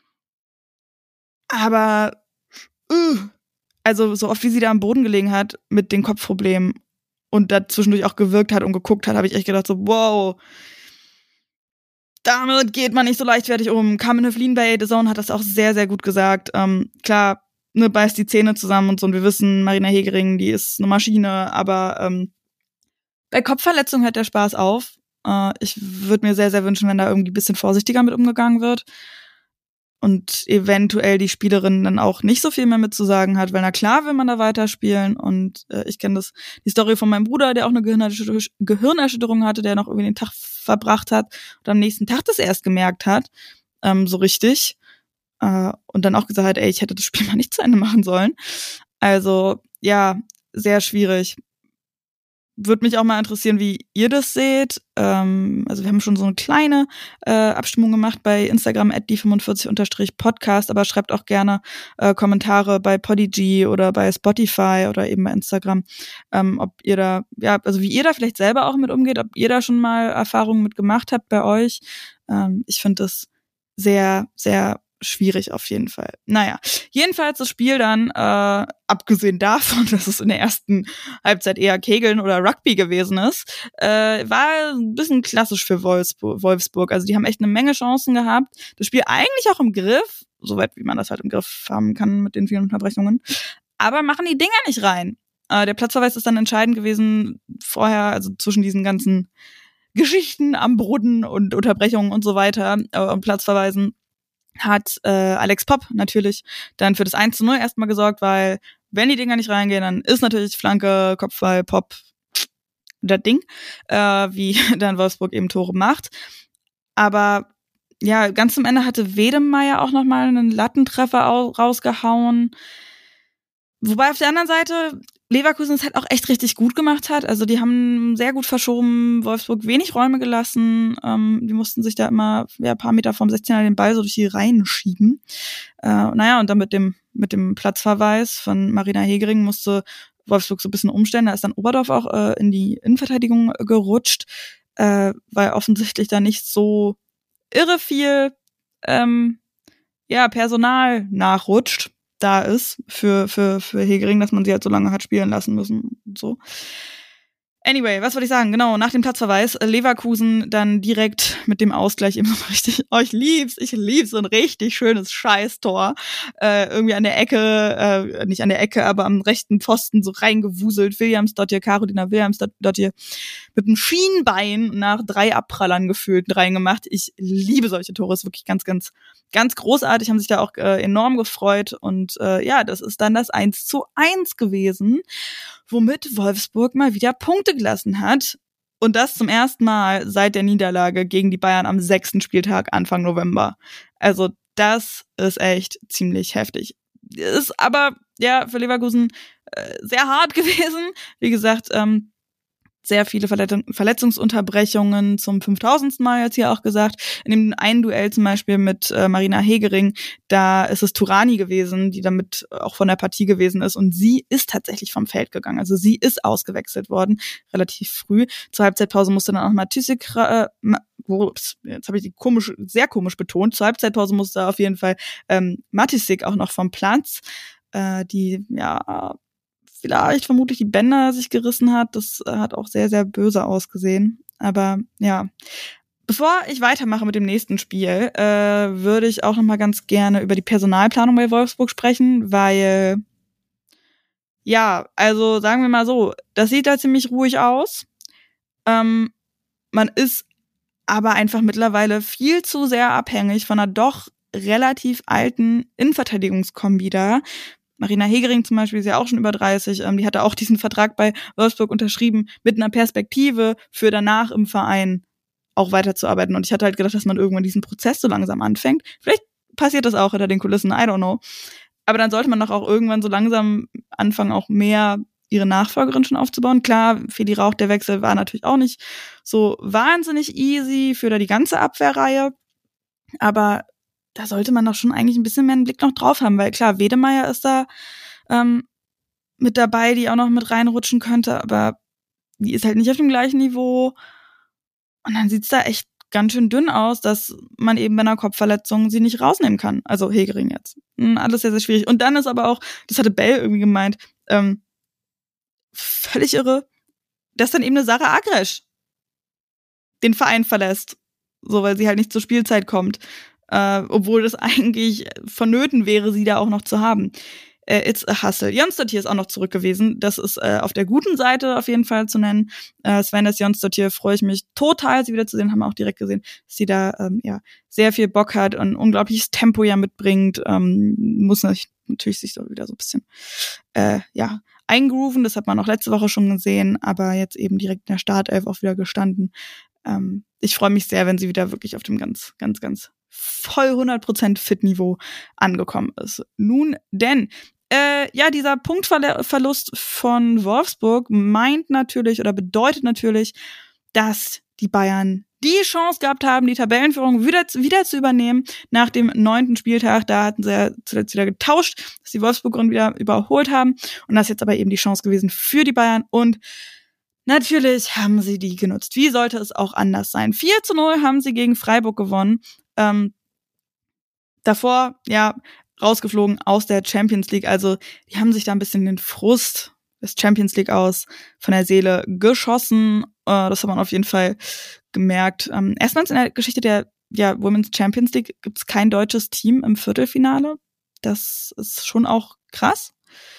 aber uh, also so oft wie sie da am Boden gelegen hat mit den Kopfproblemen und da zwischendurch auch gewirkt hat und geguckt hat, habe ich echt gedacht so, wow, damit geht man nicht so leichtfertig um. Carmen Höflin bei The Zone hat das auch sehr, sehr gut gesagt. Ähm, klar, ne, beißt die Zähne zusammen und so, und wir wissen, Marina Hegering, die ist eine Maschine, aber ähm, bei Kopfverletzungen hört der Spaß auf. Äh, ich würde mir sehr, sehr wünschen, wenn da irgendwie ein bisschen vorsichtiger mit umgegangen wird und eventuell die Spielerin dann auch nicht so viel mehr mitzusagen hat, weil na klar will man da weiterspielen und äh, ich kenne das, die Story von meinem Bruder, der auch eine Gehirnerschütterung, Gehirnerschütterung hatte, der noch irgendwie den Tag verbracht hat und am nächsten Tag das erst gemerkt hat, ähm, so richtig äh, und dann auch gesagt hat, ey, ich hätte das Spiel mal nicht zu Ende machen sollen. Also ja, sehr schwierig. Würde mich auch mal interessieren, wie ihr das seht. Ähm, also wir haben schon so eine kleine äh, Abstimmung gemacht bei Instagram at die fünfundvierzig Podcast, aber schreibt auch gerne äh, Kommentare bei Podigy oder bei Spotify oder eben bei Instagram, ähm, ob ihr da, ja, also wie ihr da vielleicht selber auch mit umgeht, ob ihr da schon mal Erfahrungen mit gemacht habt bei euch. Ähm, ich finde das sehr, sehr schwierig auf jeden Fall. Naja, jedenfalls das Spiel dann, äh, abgesehen davon, dass es in der ersten Halbzeit eher Kegeln oder Rugby gewesen ist, äh, war ein bisschen klassisch für Wolfsburg. Also die haben echt eine Menge Chancen gehabt. Das Spiel eigentlich auch im Griff, soweit wie man das halt im Griff haben kann mit den vielen Unterbrechungen, aber machen die Dinger nicht rein. Äh, der Platzverweis ist dann entscheidend gewesen vorher, also zwischen diesen ganzen Geschichten am Boden und Unterbrechungen und so weiter äh, und Platzverweisen hat äh, Alex Popp natürlich dann für das eins zu null erstmal gesorgt, weil wenn die Dinger nicht reingehen, dann ist natürlich Flanke, Kopfball, Popp das Ding, äh, wie dann Wolfsburg eben Tore macht. Aber ja, ganz zum Ende hatte Wedemeyer auch nochmal einen Lattentreffer au- rausgehauen. Wobei auf der anderen Seite, Leverkusen es halt auch echt richtig gut gemacht hat. Also die haben sehr gut verschoben, Wolfsburg wenig Räume gelassen. Ähm, die mussten sich da immer ja, ein paar Meter vom sechzehner den Ball so durch die Reihen schieben. Äh, naja, und dann mit dem mit dem Platzverweis von Marina Hegering musste Wolfsburg so ein bisschen umstellen. Da ist dann Oberdorf auch äh, in die Innenverteidigung gerutscht, äh, weil offensichtlich da nicht so irre viel ähm, ja Personal nachrutscht. Da ist für für für Hegering, dass man sie halt so lange hat spielen lassen müssen und so. Anyway, was wollte ich sagen? Genau, nach dem Platzverweis Leverkusen dann direkt mit dem Ausgleich eben so richtig, oh, ich lieb's, ich lieb's, so ein richtig schönes Scheißtor. Äh, irgendwie an der Ecke, äh, nicht an der Ecke, aber am rechten Pfosten so reingewuselt. Williams-Dottir, Carolina Williams-Dottir mit dem Schienbein nach drei Abprallern gefühlt reingemacht. Ich liebe solche Tore, ist wirklich ganz, ganz, ganz großartig, haben sich da auch äh, enorm gefreut. Und äh, ja, das ist dann das eins zu eins gewesen, womit Wolfsburg mal wieder Punkte gelassen hat. Und das zum ersten Mal seit der Niederlage gegen die Bayern am sechsten Spieltag Anfang November. Also das ist echt ziemlich heftig. Ist aber ja für Leverkusen äh, sehr hart gewesen. Wie gesagt, ähm, sehr viele Verletz- Verletzungsunterbrechungen zum fünftausendsten Mal jetzt hier auch gesagt. In dem einen Duell zum Beispiel mit äh, Marina Hegering, da ist es Tourani gewesen, die damit auch von der Partie gewesen ist. Und sie ist tatsächlich vom Feld gegangen. Also sie ist ausgewechselt worden, relativ früh. Zur Halbzeitpause musste dann auch mal Tüssig, äh, ups, jetzt habe ich die komisch, sehr komisch betont. Zur Halbzeitpause musste auf jeden Fall ähm, Matisik auch noch vom Platz. Äh, die, ja... vielleicht vermutlich die Bänder sich gerissen hat. Das äh, hat auch sehr, sehr böse ausgesehen. Aber ja, bevor ich weitermache mit dem nächsten Spiel, äh, würde ich auch noch mal ganz gerne über die Personalplanung bei Wolfsburg sprechen, weil, ja, also sagen wir mal so, das sieht da ziemlich ruhig aus. Ähm, man ist aber einfach mittlerweile viel zu sehr abhängig von einer doch relativ alten Innenverteidigungskombi da. Marina Hegering zum Beispiel ist ja auch schon über dreißig, ähm, die hatte auch diesen Vertrag bei Wolfsburg unterschrieben mit einer Perspektive für danach im Verein auch weiterzuarbeiten. Und ich hatte halt gedacht, dass man irgendwann diesen Prozess so langsam anfängt. Vielleicht passiert das auch hinter den Kulissen, I don't know. Aber dann sollte man doch auch irgendwann so langsam anfangen, auch mehr ihre Nachfolgerin schon aufzubauen. Klar, Feli Rauch, der Wechsel war natürlich auch nicht so wahnsinnig easy für da die ganze Abwehrreihe. Aber da sollte man doch schon eigentlich ein bisschen mehr einen Blick noch drauf haben, weil klar, Wedemeyer ist da ähm, mit dabei, die auch noch mit reinrutschen könnte, aber die ist halt nicht auf dem gleichen Niveau. Und dann sieht's da echt ganz schön dünn aus, dass man eben bei einer Kopfverletzung sie nicht rausnehmen kann. Also Hegering jetzt. Alles sehr, sehr schwierig. Und dann ist aber auch, das hatte Bell irgendwie gemeint, ähm, völlig irre, dass dann eben eine Sarah Agresch den Verein verlässt. So, weil sie halt nicht zur Spielzeit kommt. Äh, obwohl das eigentlich vonnöten wäre, sie da auch noch zu haben. Äh, it's a hustle. Jonsdottir ist auch noch zurück gewesen. Das ist äh, auf der guten Seite auf jeden Fall zu nennen. Äh, Svennis Jonsdottir freue ich mich total, sie wieder zu sehen. Haben wir auch direkt gesehen, dass sie da ähm, ja sehr viel Bock hat und ein unglaubliches Tempo ja mitbringt. Ähm, muss natürlich sich so wieder so ein bisschen äh, ja eingrooven. Das hat man auch letzte Woche schon gesehen, aber jetzt eben direkt in der Startelf auch wieder gestanden. Ähm, ich freue mich sehr, wenn sie wieder wirklich auf dem ganz, ganz, ganz voll hundert Prozent Fit-Niveau angekommen ist. Nun denn, äh, ja, dieser Punktverlust von Wolfsburg meint natürlich oder bedeutet natürlich, dass die Bayern die Chance gehabt haben, die Tabellenführung wieder, wieder zu übernehmen nach dem neunten Spieltag. Da hatten sie ja zuletzt wieder getauscht, dass die Wolfsburgerinnen wieder überholt haben. Und das ist jetzt aber eben die Chance gewesen für die Bayern. Und natürlich haben sie die genutzt. Wie sollte es auch anders sein? vier zu null haben sie gegen Freiburg gewonnen. Ähm, davor, ja, rausgeflogen aus der Champions League. Also die haben sich da ein bisschen den Frust des Champions League aus von der Seele geschossen. Äh, das hat man auf jeden Fall gemerkt. Ähm, erstmals in der Geschichte der ja, Women's Champions League gibt es kein deutsches Team im Viertelfinale. Das ist schon auch krass.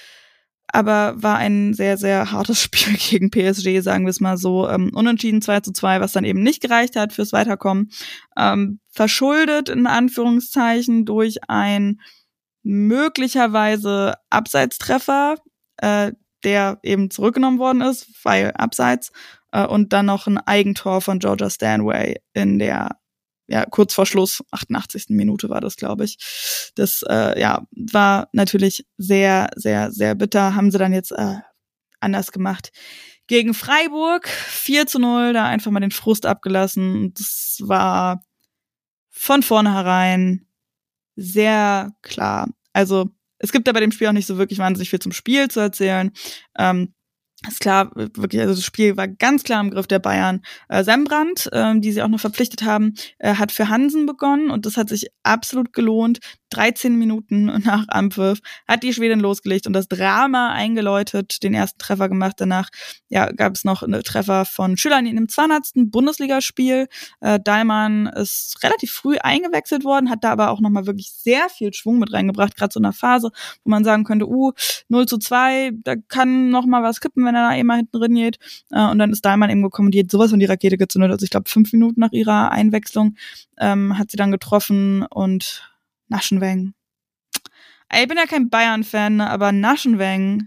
Aber war ein sehr, sehr hartes Spiel gegen P S G, sagen wir es mal so. Ähm, unentschieden zwei zu zwei, was dann eben nicht gereicht hat fürs Weiterkommen. Ähm, verschuldet in Anführungszeichen durch ein möglicherweise Abseitstreffer, äh, der eben zurückgenommen worden ist, weil Abseits. Äh, und dann noch ein Eigentor von Georgia Stanway in der ja, kurz vor Schluss, achtundachtzigsten Minute war das, glaube ich. Das, äh, ja, war natürlich sehr, sehr, sehr bitter. Haben sie dann jetzt, äh, anders gemacht. Gegen Freiburg vier zu null, da einfach mal den Frust abgelassen. Das war von vornherein sehr klar. Also es gibt ja bei dem Spiel auch nicht so wirklich wahnsinnig viel zum Spiel zu erzählen. Ähm, ist klar, wirklich, also das Spiel war ganz klar im Griff der Bayern. Äh, Sembrand, ähm, die sie auch noch verpflichtet haben, äh, hat für Hansen begonnen und das hat sich absolut gelohnt. dreizehn Minuten nach Anpfiff hat die Schwedin losgelegt und das Drama eingeläutet, den ersten Treffer gemacht. Danach ja, gab es noch einen Treffer von Schüller in dem zweihundertsten Bundesligaspiel. Äh, Dahlmann ist relativ früh eingewechselt worden, hat da aber auch nochmal wirklich sehr viel Schwung mit reingebracht, gerade so in einer Phase, wo man sagen könnte, uh, null zu zwei, da kann nochmal was kippen, wenn er da eben mal hinten drin geht. Äh, und dann ist Dahlmann eben gekommen, die hat sowas von die Rakete gezündet. Also ich glaube, fünf Minuten nach ihrer Einwechslung ähm, hat sie dann getroffen und Naschenweng. Ich bin ja kein Bayern-Fan, aber Naschenweng,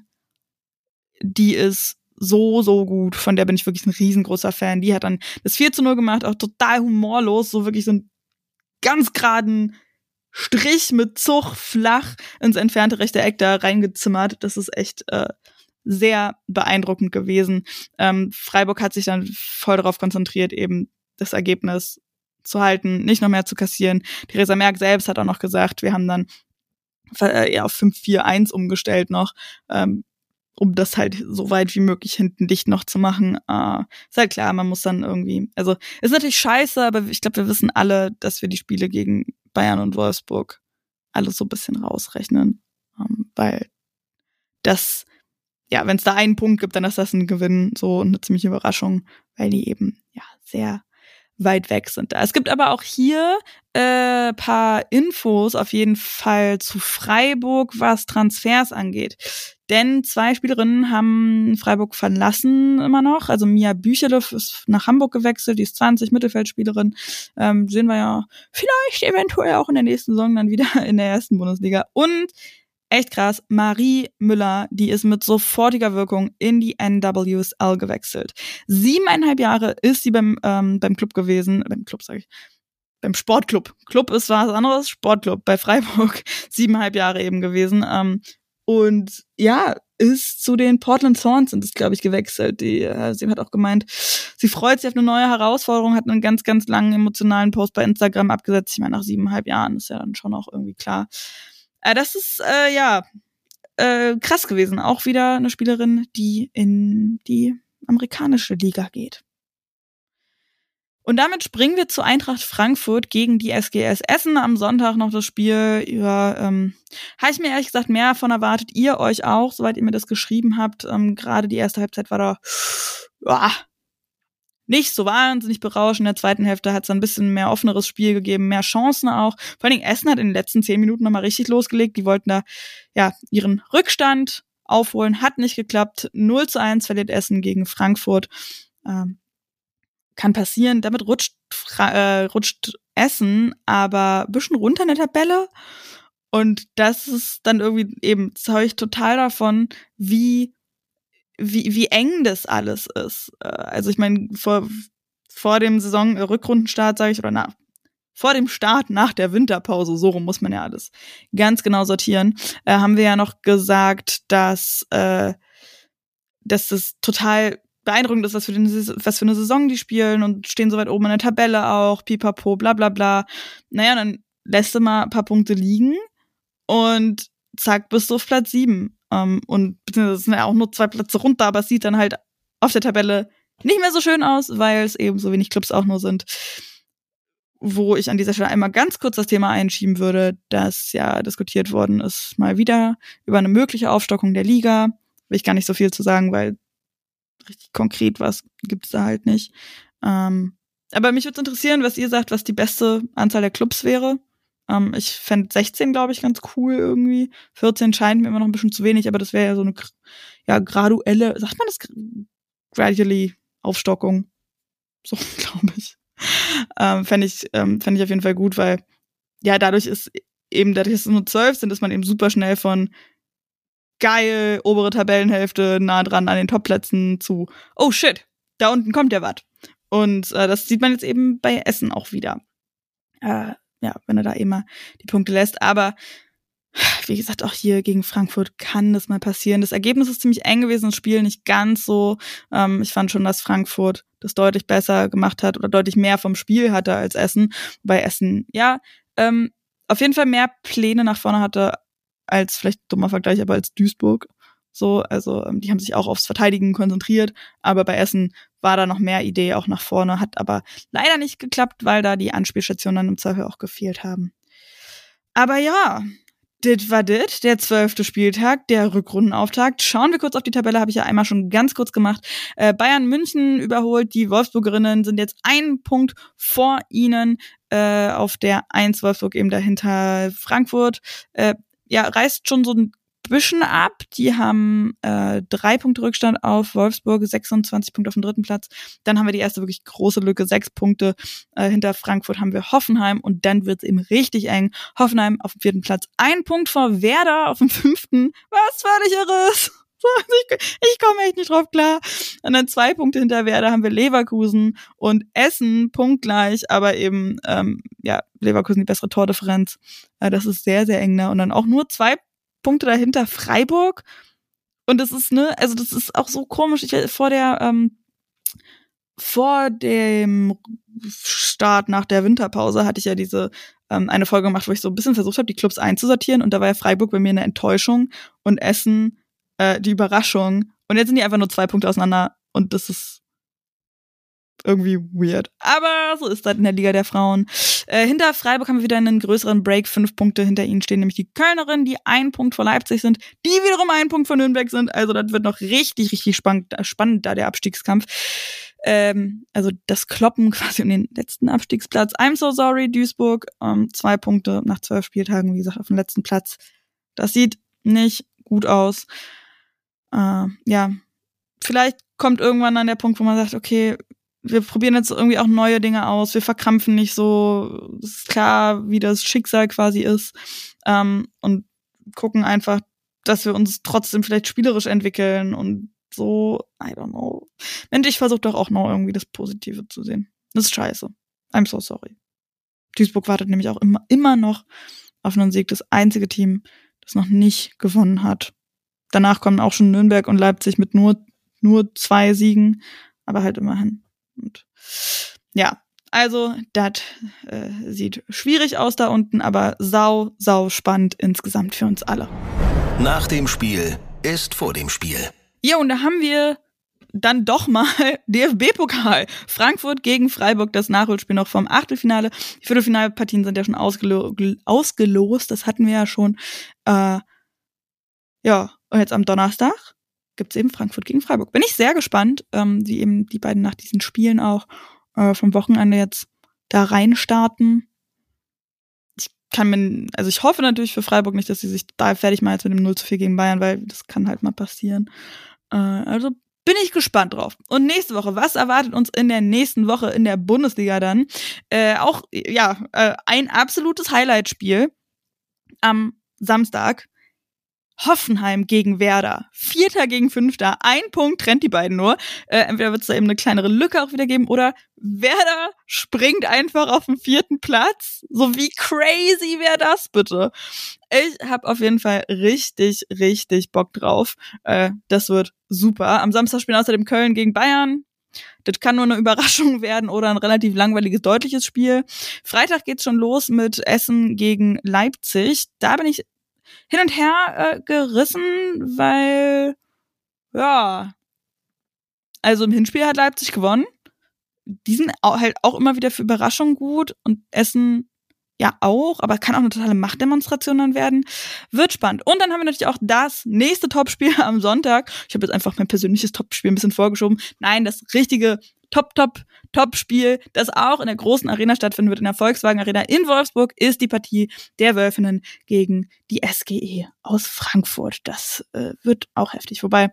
die ist so, so gut. Von der bin ich wirklich ein riesengroßer Fan. Die hat dann das vier zu null gemacht, auch total humorlos, so wirklich so einen ganz geraden Strich mit Zug flach ins entfernte rechte Eck da reingezimmert. Das ist echt äh, sehr beeindruckend gewesen. Ähm, Freiburg hat sich dann voll darauf konzentriert, eben das Ergebnis zu halten, nicht noch mehr zu kassieren. Theresa Merck selbst hat auch noch gesagt, wir haben dann äh, ja, auf fünf vier eins umgestellt noch, ähm, um das halt so weit wie möglich hinten dicht noch zu machen. Äh, ist halt klar, man muss dann irgendwie, also ist natürlich scheiße, aber ich glaube, wir wissen alle, dass wir die Spiele gegen Bayern und Wolfsburg alles so ein bisschen rausrechnen, ähm, weil das, ja, wenn es da einen Punkt gibt, dann ist das ein Gewinn, so eine ziemliche Überraschung, weil die eben, ja, sehr weit weg sind da. Es gibt aber auch hier äh, paar Infos auf jeden Fall zu Freiburg, was Transfers angeht. Denn zwei Spielerinnen haben Freiburg verlassen immer noch. Also Mia Büchelew ist nach Hamburg gewechselt, die ist zwanzig, Mittelfeldspielerin. Ähm, sehen wir ja vielleicht eventuell auch in der nächsten Saison dann wieder in der ersten Bundesliga. Und echt krass, Marie Müller, die ist mit sofortiger Wirkung in die N W S L gewechselt. Siebeneinhalb Jahre ist sie beim ähm, beim Club gewesen, beim Club sage ich, beim Sportclub. Club ist was anderes, Sportclub bei Freiburg. Siebeneinhalb Jahre eben gewesen. Ähm, und ja, ist zu den Portland Thorns sind es, glaube ich, gewechselt. Die, äh, sie hat auch gemeint, sie freut sich auf eine neue Herausforderung, hat einen ganz, ganz langen emotionalen Post bei Instagram abgesetzt. Ich meine, nach siebeneinhalb Jahren ist ja dann schon auch irgendwie klar. Äh, das ist, äh, ja, äh, krass gewesen. Auch wieder eine Spielerin, die in die amerikanische Liga geht. Und damit springen wir zu Eintracht Frankfurt gegen die S G S Essen. Am Sonntag noch das Spiel. Ja, ähm, habe ich mir ehrlich gesagt mehr davon erwartet. Ihr euch auch, soweit ihr mir das geschrieben habt. Ähm, gerade die erste Halbzeit war da ja, nicht so wahnsinnig berauschend. In der zweiten Hälfte hat es ein bisschen mehr offeneres Spiel gegeben, mehr Chancen auch. Vor allen Dingen Essen hat in den letzten zehn Minuten nochmal richtig losgelegt. Die wollten da ja ihren Rückstand aufholen. Hat nicht geklappt. null zu eins verliert Essen gegen Frankfurt. Ähm, Kann passieren. Damit rutscht, äh, rutscht Essen aber ein bisschen runter in der Tabelle. Und das ist dann irgendwie eben, zeugt total davon, wie, wie, wie eng das alles ist. Also ich meine, vor, vor dem Saison-Rückrundenstart, sage ich, oder nach, vor dem Start nach der Winterpause, so rum muss man ja alles ganz genau sortieren, äh, haben wir ja noch gesagt, dass, äh, dass das total beeindruckend ist, was für, den, was für eine Saison die spielen und stehen so weit oben in der Tabelle auch, pipapo, bla bla bla. Naja, dann lässt du mal ein paar Punkte liegen und zack, bist du auf Platz sieben. Um, und beziehungsweise es sind ja auch nur zwei Plätze runter, aber es sieht dann halt auf der Tabelle nicht mehr so schön aus, weil es eben so wenig Clubs auch nur sind. Wo ich an dieser Stelle einmal ganz kurz das Thema einschieben würde, dass ja diskutiert worden ist, mal wieder über eine mögliche Aufstockung der Liga. Will ich gar nicht so viel zu sagen, weil richtig konkret was gibt's da halt nicht. Ähm, aber mich würde interessieren, was ihr sagt, was die beste Anzahl der Clubs wäre. Ähm, ich fände sechzehn, glaube ich, ganz cool irgendwie. vierzehn scheint mir immer noch ein bisschen zu wenig, aber das wäre ja so eine ja graduelle, sagt man das, gradually Aufstockung. So, glaube ich. Ähm, fände ich, ähm, fände ich auf jeden Fall gut, weil ja, dadurch ist eben, dadurch, dass es nur zwölf sind, ist man eben super schnell von geil, obere Tabellenhälfte, nah dran an den Topplätzen zu, oh shit, da unten kommt ja was. Und äh, das sieht man jetzt eben bei Essen auch wieder. Äh, ja, wenn er da eben mal die Punkte lässt. Aber wie gesagt, auch hier gegen Frankfurt kann das mal passieren. Das Ergebnis ist ziemlich eng gewesen, das Spiel nicht ganz so. Ähm, ich fand schon, dass Frankfurt das deutlich besser gemacht hat oder deutlich mehr vom Spiel hatte als Essen. Bei Essen, ja, ähm, auf jeden Fall mehr Pläne nach vorne hatte als, vielleicht dummer Vergleich, aber als Duisburg. So, also ähm, die haben sich auch aufs Verteidigen konzentriert, aber bei Essen war da noch mehr Idee auch nach vorne, hat aber leider nicht geklappt, weil da die Anspielstationen dann im Zweifel auch gefehlt haben. Aber ja, dit war dit, der zwölfte Spieltag, der Rückrundenauftakt. Schauen wir kurz auf die Tabelle, habe ich ja einmal schon ganz kurz gemacht. Äh, Bayern München überholt, die Wolfsburgerinnen sind jetzt einen Punkt vor ihnen, äh, auf der eins Wolfsburg eben dahinter Frankfurt. Äh, ja, reißt schon so ein bisschen ab. Die haben äh, drei Punkte Rückstand auf Wolfsburg, sechsundzwanzig Punkte auf dem dritten Platz. Dann haben wir die erste wirklich große Lücke, sechs Punkte. Äh, hinter Frankfurt haben wir Hoffenheim und dann wird's eben richtig eng. Hoffenheim auf dem vierten Platz, ein Punkt vor Werder auf dem fünften. Was völlig irres. Ich, ich komme echt nicht drauf klar. Und dann zwei Punkte hinter Werder haben wir Leverkusen und Essen punktgleich, aber eben ähm, ja Leverkusen die bessere Tordifferenz. Äh, das ist sehr, sehr eng da. Und dann auch nur zwei Punkte dahinter Freiburg. Und das ist, ne, also das ist auch so komisch. Ich vor der, ähm, vor dem Start nach der Winterpause hatte ich ja diese ähm, eine Folge gemacht, wo ich so ein bisschen versucht habe, die Clubs einzusortieren. Und da war ja Freiburg bei mir eine Enttäuschung und Essen äh, die Überraschung. Und jetzt sind die einfach nur zwei Punkte auseinander. Und das ist irgendwie weird. Aber so ist das in der Liga der Frauen. Äh, hinter Freiburg haben wir wieder einen größeren Break. Fünf Punkte hinter ihnen stehen nämlich die Kölnerinnen, die ein Punkt vor Leipzig sind, die wiederum ein Punkt vor Nürnberg sind. Also das wird noch richtig, richtig spannend, spannend da der Abstiegskampf. Ähm, also das Kloppen quasi um den letzten Abstiegsplatz. I'm so sorry, Duisburg. Ähm, zwei Punkte nach zwölf Spieltagen, wie gesagt, auf dem letzten Platz. Das sieht nicht gut aus. Äh, ja, vielleicht kommt irgendwann dann der Punkt, wo man sagt, okay, wir probieren jetzt irgendwie auch neue Dinge aus, wir verkrampfen nicht so, es ist klar, wie das Schicksal quasi ist, ähm, und gucken einfach, dass wir uns trotzdem vielleicht spielerisch entwickeln und so, I don't know. Mensch, ich versuche doch auch noch irgendwie das Positive zu sehen. Das ist scheiße. I'm so sorry. Duisburg wartet nämlich auch immer, immer noch auf einen Sieg, das einzige Team, das noch nicht gewonnen hat. Danach kommen auch schon Nürnberg und Leipzig mit nur, nur zwei Siegen, aber halt immerhin. Und ja, also das äh, sieht schwierig aus da unten, aber sau, sau spannend insgesamt für uns alle. Nach dem Spiel ist vor dem Spiel. Ja, und da haben wir dann doch mal D F B-Pokal. Frankfurt gegen Freiburg, das Nachholspiel noch vom Achtelfinale. Die Viertelfinalpartien sind ja schon ausgelo- ausgelost, das hatten wir ja schon. Äh, ja, und jetzt am Donnerstag gibt's eben Frankfurt gegen Freiburg. Bin ich sehr gespannt, ähm, wie eben die beiden nach diesen Spielen auch äh, vom Wochenende jetzt da reinstarten. Ich kann mir, also ich hoffe natürlich für Freiburg nicht, dass sie sich da fertig machen jetzt mit dem null zu vier gegen Bayern, weil das kann halt mal passieren. Äh, also bin ich gespannt drauf. Und nächste Woche, was erwartet uns in der nächsten Woche in der Bundesliga dann? Äh, auch, ja, äh, ein absolutes Highlight-Spiel am Samstag. Hoffenheim gegen Werder. Vierter gegen Fünfter. Ein Punkt trennt die beiden nur. Äh, entweder wird es da eben eine kleinere Lücke auch wieder geben oder Werder springt einfach auf den vierten Platz. So wie crazy wäre das bitte? Ich habe auf jeden Fall richtig, richtig Bock drauf. Äh, das wird super. Am Samstag spielen außerdem Köln gegen Bayern. Das kann nur eine Überraschung werden oder ein relativ langweiliges, deutliches Spiel. Freitag geht's schon los mit Essen gegen Leipzig. Da bin ich hin und her äh, gerissen, weil, ja, also im Hinspiel hat Leipzig gewonnen. Die sind auch, halt auch immer wieder für Überraschungen gut und Essen ja auch, aber kann auch eine totale Machtdemonstration dann werden. Wird spannend. Und dann haben wir natürlich auch das nächste Topspiel am Sonntag. Ich habe jetzt einfach mein persönliches Topspiel ein bisschen vorgeschoben. Nein, das richtige Top, Top, Top-Spiel, das auch in der großen Arena stattfinden wird, in der Volkswagen Arena in Wolfsburg, ist die Partie der Wölfinnen gegen die S G E aus Frankfurt. Das äh, wird auch heftig. Wobei,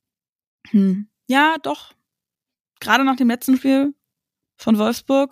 hm, ja, doch, gerade nach dem letzten Spiel von Wolfsburg,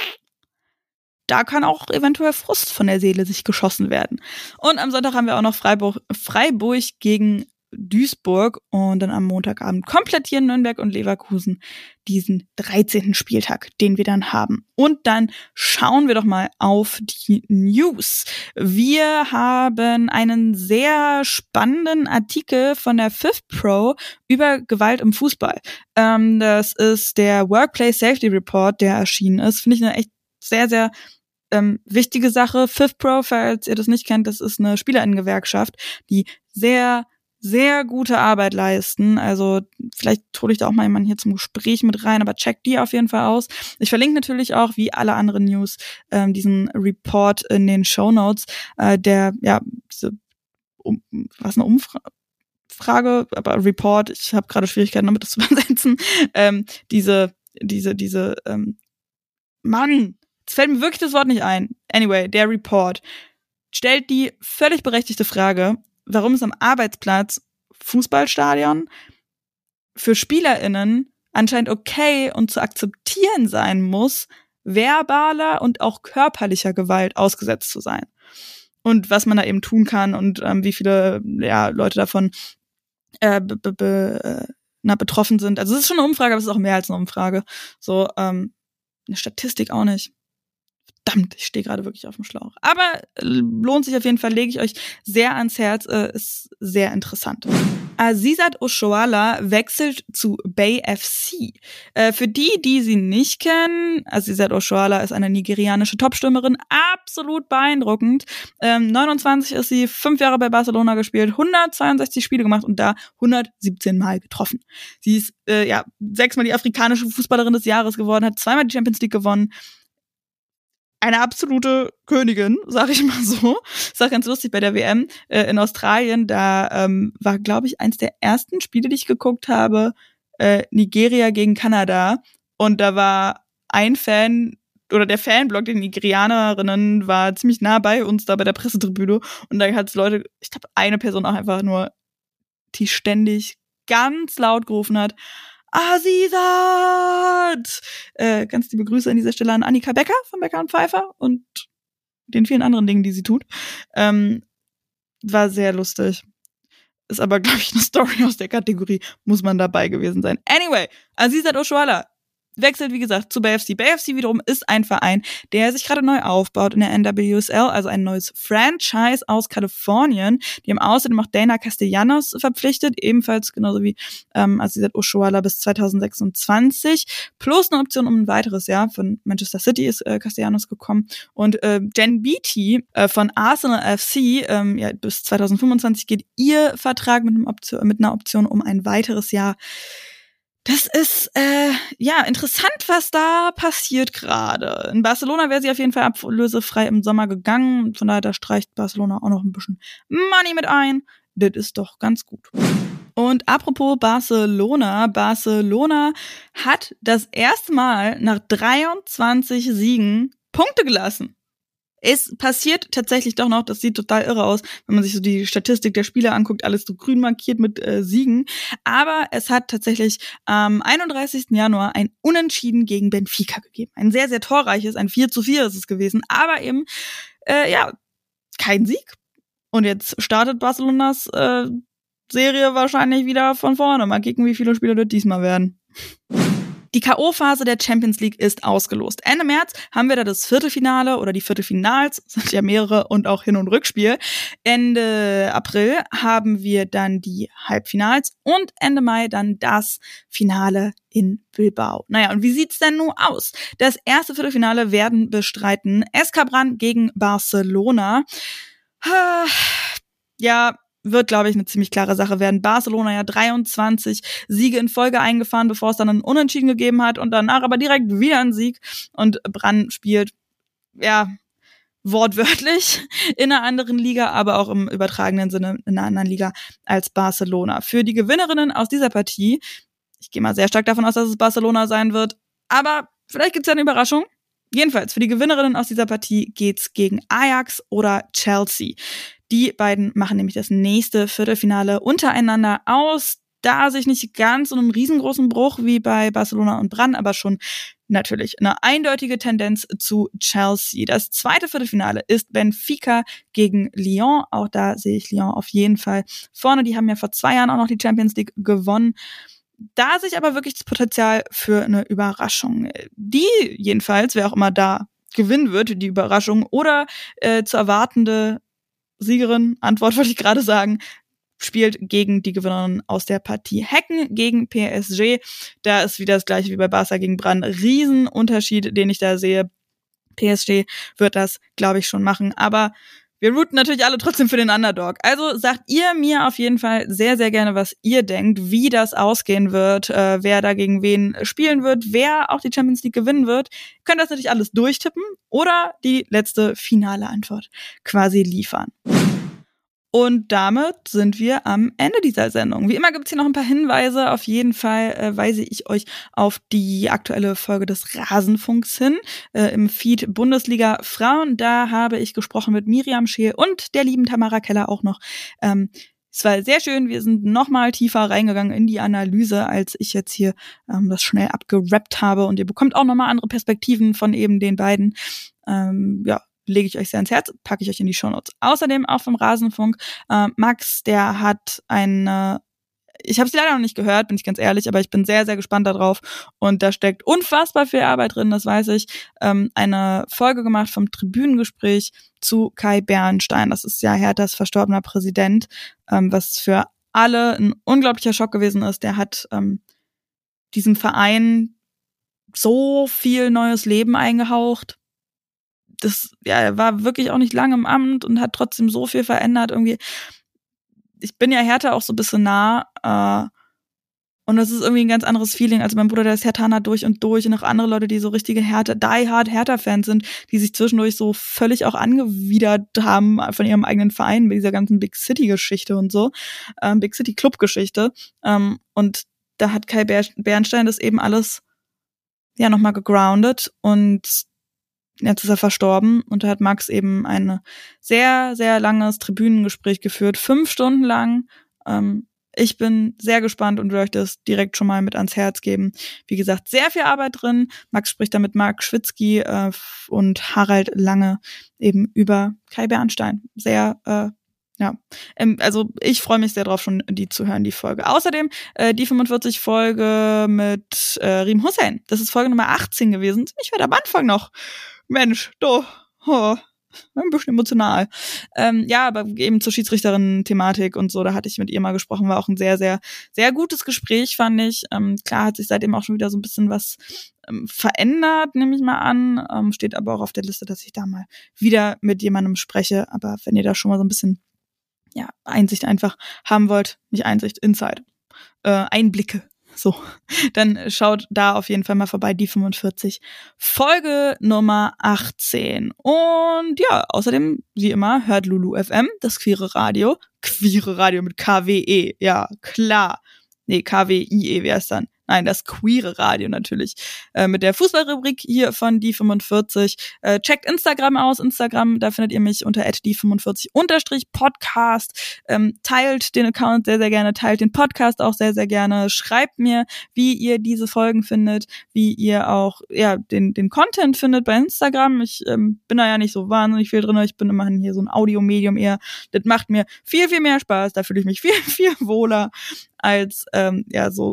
da kann auch eventuell Frust von der Seele sich geschossen werden. Und am Sonntag haben wir auch noch Freiburg, Freiburg gegen Duisburg und dann am Montagabend komplettieren Nürnberg und Leverkusen diesen dreizehnten Spieltag, den wir dann haben. Und dann schauen wir doch mal auf die News. Wir haben einen sehr spannenden Artikel von der Fifth Pro über Gewalt im Fußball. Ähm, das ist der Workplace Safety Report, der erschienen ist. Finde ich eine echt sehr, sehr ähm, wichtige Sache. Fifth Pro, falls ihr das nicht kennt, das ist eine SpielerInnen-Gewerkschaft, die sehr sehr gute Arbeit leisten. Also vielleicht hole ich da auch mal jemanden hier zum Gespräch mit rein, aber checkt die auf jeden Fall aus. Ich verlinke natürlich auch, wie alle anderen News, ähm, diesen Report in den Shownotes, äh, der, ja, diese, um, was eine Umfrage, aber Report, ich habe gerade Schwierigkeiten damit, das zu übersetzen, ähm, diese, diese, diese, ähm, Mann, jetzt fällt mir wirklich das Wort nicht ein. Anyway, der Report stellt die völlig berechtigte Frage, warum es am Arbeitsplatz Fußballstadion für SpielerInnen anscheinend okay und zu akzeptieren sein muss, verbaler und auch körperlicher Gewalt ausgesetzt zu sein. Und was man da eben tun kann und ähm, wie viele ja, Leute davon äh, be, be, be, na, betroffen sind. Also es ist schon eine Umfrage, aber es ist auch mehr als eine Umfrage. So, ähm, eine Statistik auch nicht. Verdammt, ich stehe gerade wirklich auf dem Schlauch. Aber äh, lohnt sich auf jeden Fall, lege ich euch sehr ans Herz, äh, ist sehr interessant. Azizat Oshoala wechselt zu Bay F C. Äh, für die, die sie nicht kennen, Azizat Oshoala ist eine nigerianische Topstürmerin, absolut beeindruckend. Ähm, neunundzwanzig ist sie, fünf Jahre bei Barcelona gespielt, hundertzweiundsechzig Spiele gemacht und da hundertsiebzehn Mal getroffen. Sie ist äh, ja sechsmal die afrikanische Fußballerin des Jahres geworden, hat zweimal die Champions League gewonnen. Eine absolute Königin, sag ich mal so. Ist auch ganz lustig bei der W M äh, in Australien. Da ähm, war, glaube ich, eins der ersten Spiele, die ich geguckt habe, äh, Nigeria gegen Kanada. Und da war ein Fan, oder der Fanblock der Nigerianerinnen war ziemlich nah bei uns da bei der Pressetribüne. Und da hat es Leute, ich glaube, eine Person auch einfach nur, die ständig ganz laut gerufen hat, Azizat! Äh, ganz liebe Grüße an dieser Stelle an Annika Becker von Becker und Pfeiffer und den vielen anderen Dingen, die sie tut. Ähm, war sehr lustig. Ist aber, glaube ich, eine Story aus der Kategorie, muss man dabei gewesen sein. Anyway, Azizat Oshoala wechselt, wie gesagt, zu Bay F C. Bay F C wiederum ist ein Verein, der sich gerade neu aufbaut in der N W S L, also ein neues Franchise aus Kalifornien. Die haben außerdem auch Dana Castellanos verpflichtet, ebenfalls genauso wie ähm, Azizat Oshoala bis zwanzig sechsundzwanzig. Plus eine Option um ein weiteres Jahr. Von Manchester City ist äh, Castellanos gekommen. Und äh, Jen Beattie äh, von Arsenal F C, ähm, ja, bis zwanzig fünfundzwanzig geht ihr Vertrag mit, einem Option, mit einer Option um ein weiteres Jahr. Das ist, äh, ja, interessant, was da passiert gerade. In Barcelona wäre sie auf jeden Fall ablösefrei im Sommer gegangen. Von daher, da streicht Barcelona auch noch ein bisschen Money mit ein. Das ist doch ganz gut. Und apropos Barcelona, Barcelona hat das erste Mal nach dreiundzwanzig Siegen Punkte gelassen. Es passiert tatsächlich doch noch, das sieht total irre aus, wenn man sich so die Statistik der Spieler anguckt, alles so grün markiert mit äh, Siegen. Aber es hat tatsächlich am einunddreißigsten Januar ein Unentschieden gegen Benfica gegeben. Ein sehr, sehr torreiches, ein vier zu vier ist es gewesen, aber eben, äh, ja, kein Sieg. Und jetzt startet Barcelonas äh, Serie wahrscheinlich wieder von vorne. Mal gucken, wie viele Spieler dort diesmal werden. Die K O-Phase der Champions League ist ausgelost. Ende März haben wir da das Viertelfinale oder die Viertelfinals, sind ja mehrere und auch Hin- und Rückspiel. Ende April haben wir dann die Halbfinals und Ende Mai dann das Finale in Bilbao. Naja, und wie sieht's denn nun aus? Das erste Viertelfinale werden bestreiten S K Brann gegen Barcelona. Ja, wird, glaube ich, eine ziemlich klare Sache werden. Barcelona ja dreiundzwanzig Siege in Folge eingefahren, bevor es dann einen Unentschieden gegeben hat und danach aber direkt wieder einen Sieg. Und Brann spielt, ja, wortwörtlich in einer anderen Liga, aber auch im übertragenen Sinne in einer anderen Liga als Barcelona. Für die Gewinnerinnen aus dieser Partie, ich gehe mal sehr stark davon aus, dass es Barcelona sein wird, aber vielleicht gibt's ja eine Überraschung. Jedenfalls, für die Gewinnerinnen aus dieser Partie geht's gegen Ajax oder Chelsea. Die beiden machen nämlich das nächste Viertelfinale untereinander aus, da sich nicht ganz so einen riesengroßen Bruch wie bei Barcelona und Brann, aber schon natürlich eine eindeutige Tendenz zu Chelsea. Das zweite Viertelfinale ist Benfica gegen Lyon. Auch da sehe ich Lyon auf jeden Fall vorne. Die haben ja vor zwei Jahren auch noch die Champions League gewonnen. Da sehe ich aber wirklich das Potenzial für eine Überraschung. Die jedenfalls, wer auch immer da gewinnen wird, die Überraschung, oder äh, zu erwartende Siegerin, Antwort wollte ich gerade sagen, spielt gegen die Gewinnerin aus der Partie. Häcken gegen P S G, da ist wieder das gleiche wie bei Barca gegen Brann. Riesenunterschied, den ich da sehe. P S G wird das, glaube ich, schon machen, aber wir routen natürlich alle trotzdem für den Underdog. Also sagt ihr mir auf jeden Fall sehr, sehr gerne, was ihr denkt, wie das ausgehen wird, äh, wer da gegen wen spielen wird, wer auch die Champions League gewinnen wird. Ihr könnt das natürlich alles durchtippen oder die letzte finale Antwort quasi liefern. Und damit sind wir am Ende dieser Sendung. Wie immer gibt es hier noch ein paar Hinweise. Auf jeden Fall äh, weise ich euch auf die aktuelle Folge des Rasenfunks hin. Äh, Im Feed Bundesliga Frauen. Da habe ich gesprochen mit Miriam Scheel und der lieben Tamara Keller auch noch. Ähm, es war sehr schön. Wir sind noch mal tiefer reingegangen in die Analyse, als ich jetzt hier ähm, das schnell abgerappt habe. Und ihr bekommt auch noch mal andere Perspektiven von eben den beiden. Ähm, ja. Lege ich euch sehr ans Herz, packe ich euch in die Shownotes. Außerdem auch vom Rasenfunk, äh, Max, der hat eine, ich habe sie leider noch nicht gehört, bin ich ganz ehrlich, aber ich bin sehr, sehr gespannt darauf und da steckt unfassbar viel Arbeit drin, das weiß ich, ähm, eine Folge gemacht vom Tribünengespräch zu Kai Bernstein, das ist ja Herthas verstorbener Präsident, ähm, was für alle ein unglaublicher Schock gewesen ist, der hat ähm, diesem Verein so viel neues Leben eingehaucht. Das, ja, er war wirklich auch nicht lange im Amt und hat trotzdem so viel verändert irgendwie. Ich bin ja Hertha auch so ein bisschen nah, äh, und das ist irgendwie ein ganz anderes Feeling. Also mein Bruder, der ist Herthaner durch und durch und auch andere Leute, die so richtige Hertha, die-hard Hertha-Fans sind, die sich zwischendurch so völlig auch angewidert haben von ihrem eigenen Verein mit dieser ganzen Big City-Geschichte und so, ähm, Big City-Club-Geschichte. Ähm, und da hat Kai Bernstein das eben alles ja nochmal gegroundet und jetzt ist er verstorben und da hat Max eben ein sehr, sehr langes Tribünengespräch geführt, fünf Stunden lang. Ähm, ich bin sehr gespannt und will euch das direkt schon mal mit ans Herz geben. Wie gesagt, sehr viel Arbeit drin. Max spricht da mit Marc Schwitzky äh, und Harald Lange eben über Kai Bernstein. Sehr, äh, ja, ähm, also ich freue mich sehr drauf, schon die zu hören, die Folge. Außerdem äh, die fünfundvierzig-Folge mit äh, Riem Hussein. Das ist Folge Nummer achtzehn gewesen. Ich werde am Anfang noch Mensch, doch, oh, ein bisschen emotional. Ähm, ja, aber eben zur Schiedsrichterin-Thematik und so, da hatte ich mit ihr mal gesprochen, war auch ein sehr, sehr, sehr gutes Gespräch, fand ich. Ähm, klar hat sich seitdem auch schon wieder so ein bisschen was ähm, verändert, nehme ich mal an. Ähm, steht aber auch auf der Liste, dass ich da mal wieder mit jemandem spreche. Aber wenn ihr da schon mal so ein bisschen ja Einsicht einfach haben wollt, nicht Einsicht, Insight, äh, Einblicke. So, dann schaut da auf jeden Fall mal vorbei, die fünfundvierzig, Folge Nummer achtzehn. Und ja, außerdem, wie immer, hört Lulu F M, das queere Radio. Queere Radio mit K W E, ja, klar. Nee, K W I E wäre es dann. Nein, das queere Radio natürlich. Äh, mit der Fußballrubrik hier von die fünfundvierzig. Äh, checkt Instagram aus. Instagram, da findet ihr mich unter at die fünfundvierzig Podcast. Ähm, teilt den Account sehr, sehr gerne. Teilt den Podcast auch sehr, sehr gerne. Schreibt mir, wie ihr diese Folgen findet, wie ihr auch ja den den Content findet bei Instagram. Ich ähm, bin da ja nicht so wahnsinnig viel drin. Ich bin immerhin hier so ein Audiomedium eher. Das macht mir viel, viel mehr Spaß. Da fühle ich mich viel, viel wohler als ähm, ja so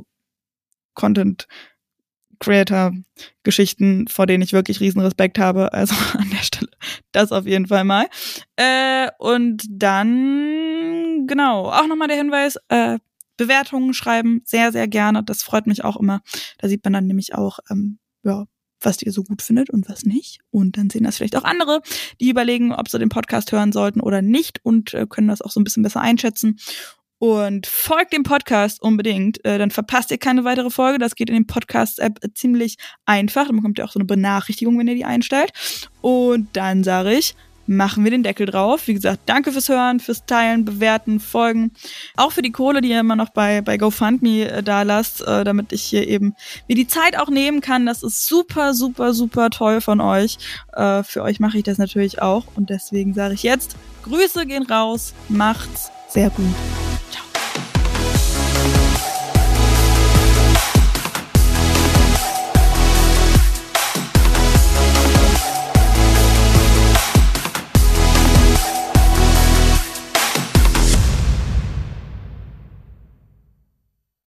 Content-Creator-Geschichten, vor denen ich wirklich riesen Respekt habe. Also an der Stelle das auf jeden Fall mal. Äh, und dann, genau, auch nochmal der Hinweis, äh, Bewertungen schreiben, sehr, sehr gerne. Das freut mich auch immer. Da sieht man dann nämlich auch, ähm, ja, was ihr so gut findet und was nicht. Und dann sehen das vielleicht auch andere, die überlegen, ob sie den Podcast hören sollten oder nicht und äh, können das auch so ein bisschen besser einschätzen. Und folgt dem Podcast unbedingt, äh, dann verpasst ihr keine weitere Folge. Das geht in den Podcast-App äh, ziemlich einfach. Dann bekommt ihr auch so eine Benachrichtigung, wenn ihr die einstellt. Und dann sage ich, machen wir den Deckel drauf. Wie gesagt, danke fürs Hören, fürs Teilen, Bewerten, Folgen. Auch für die Kohle, die ihr immer noch bei bei GoFundMe äh, da lasst, äh, damit ich hier eben mir die Zeit auch nehmen kann. Das ist super, super, super toll von euch. Äh, für euch mache ich das natürlich auch. Und deswegen sage ich jetzt, Grüße gehen raus, macht's sehr gut.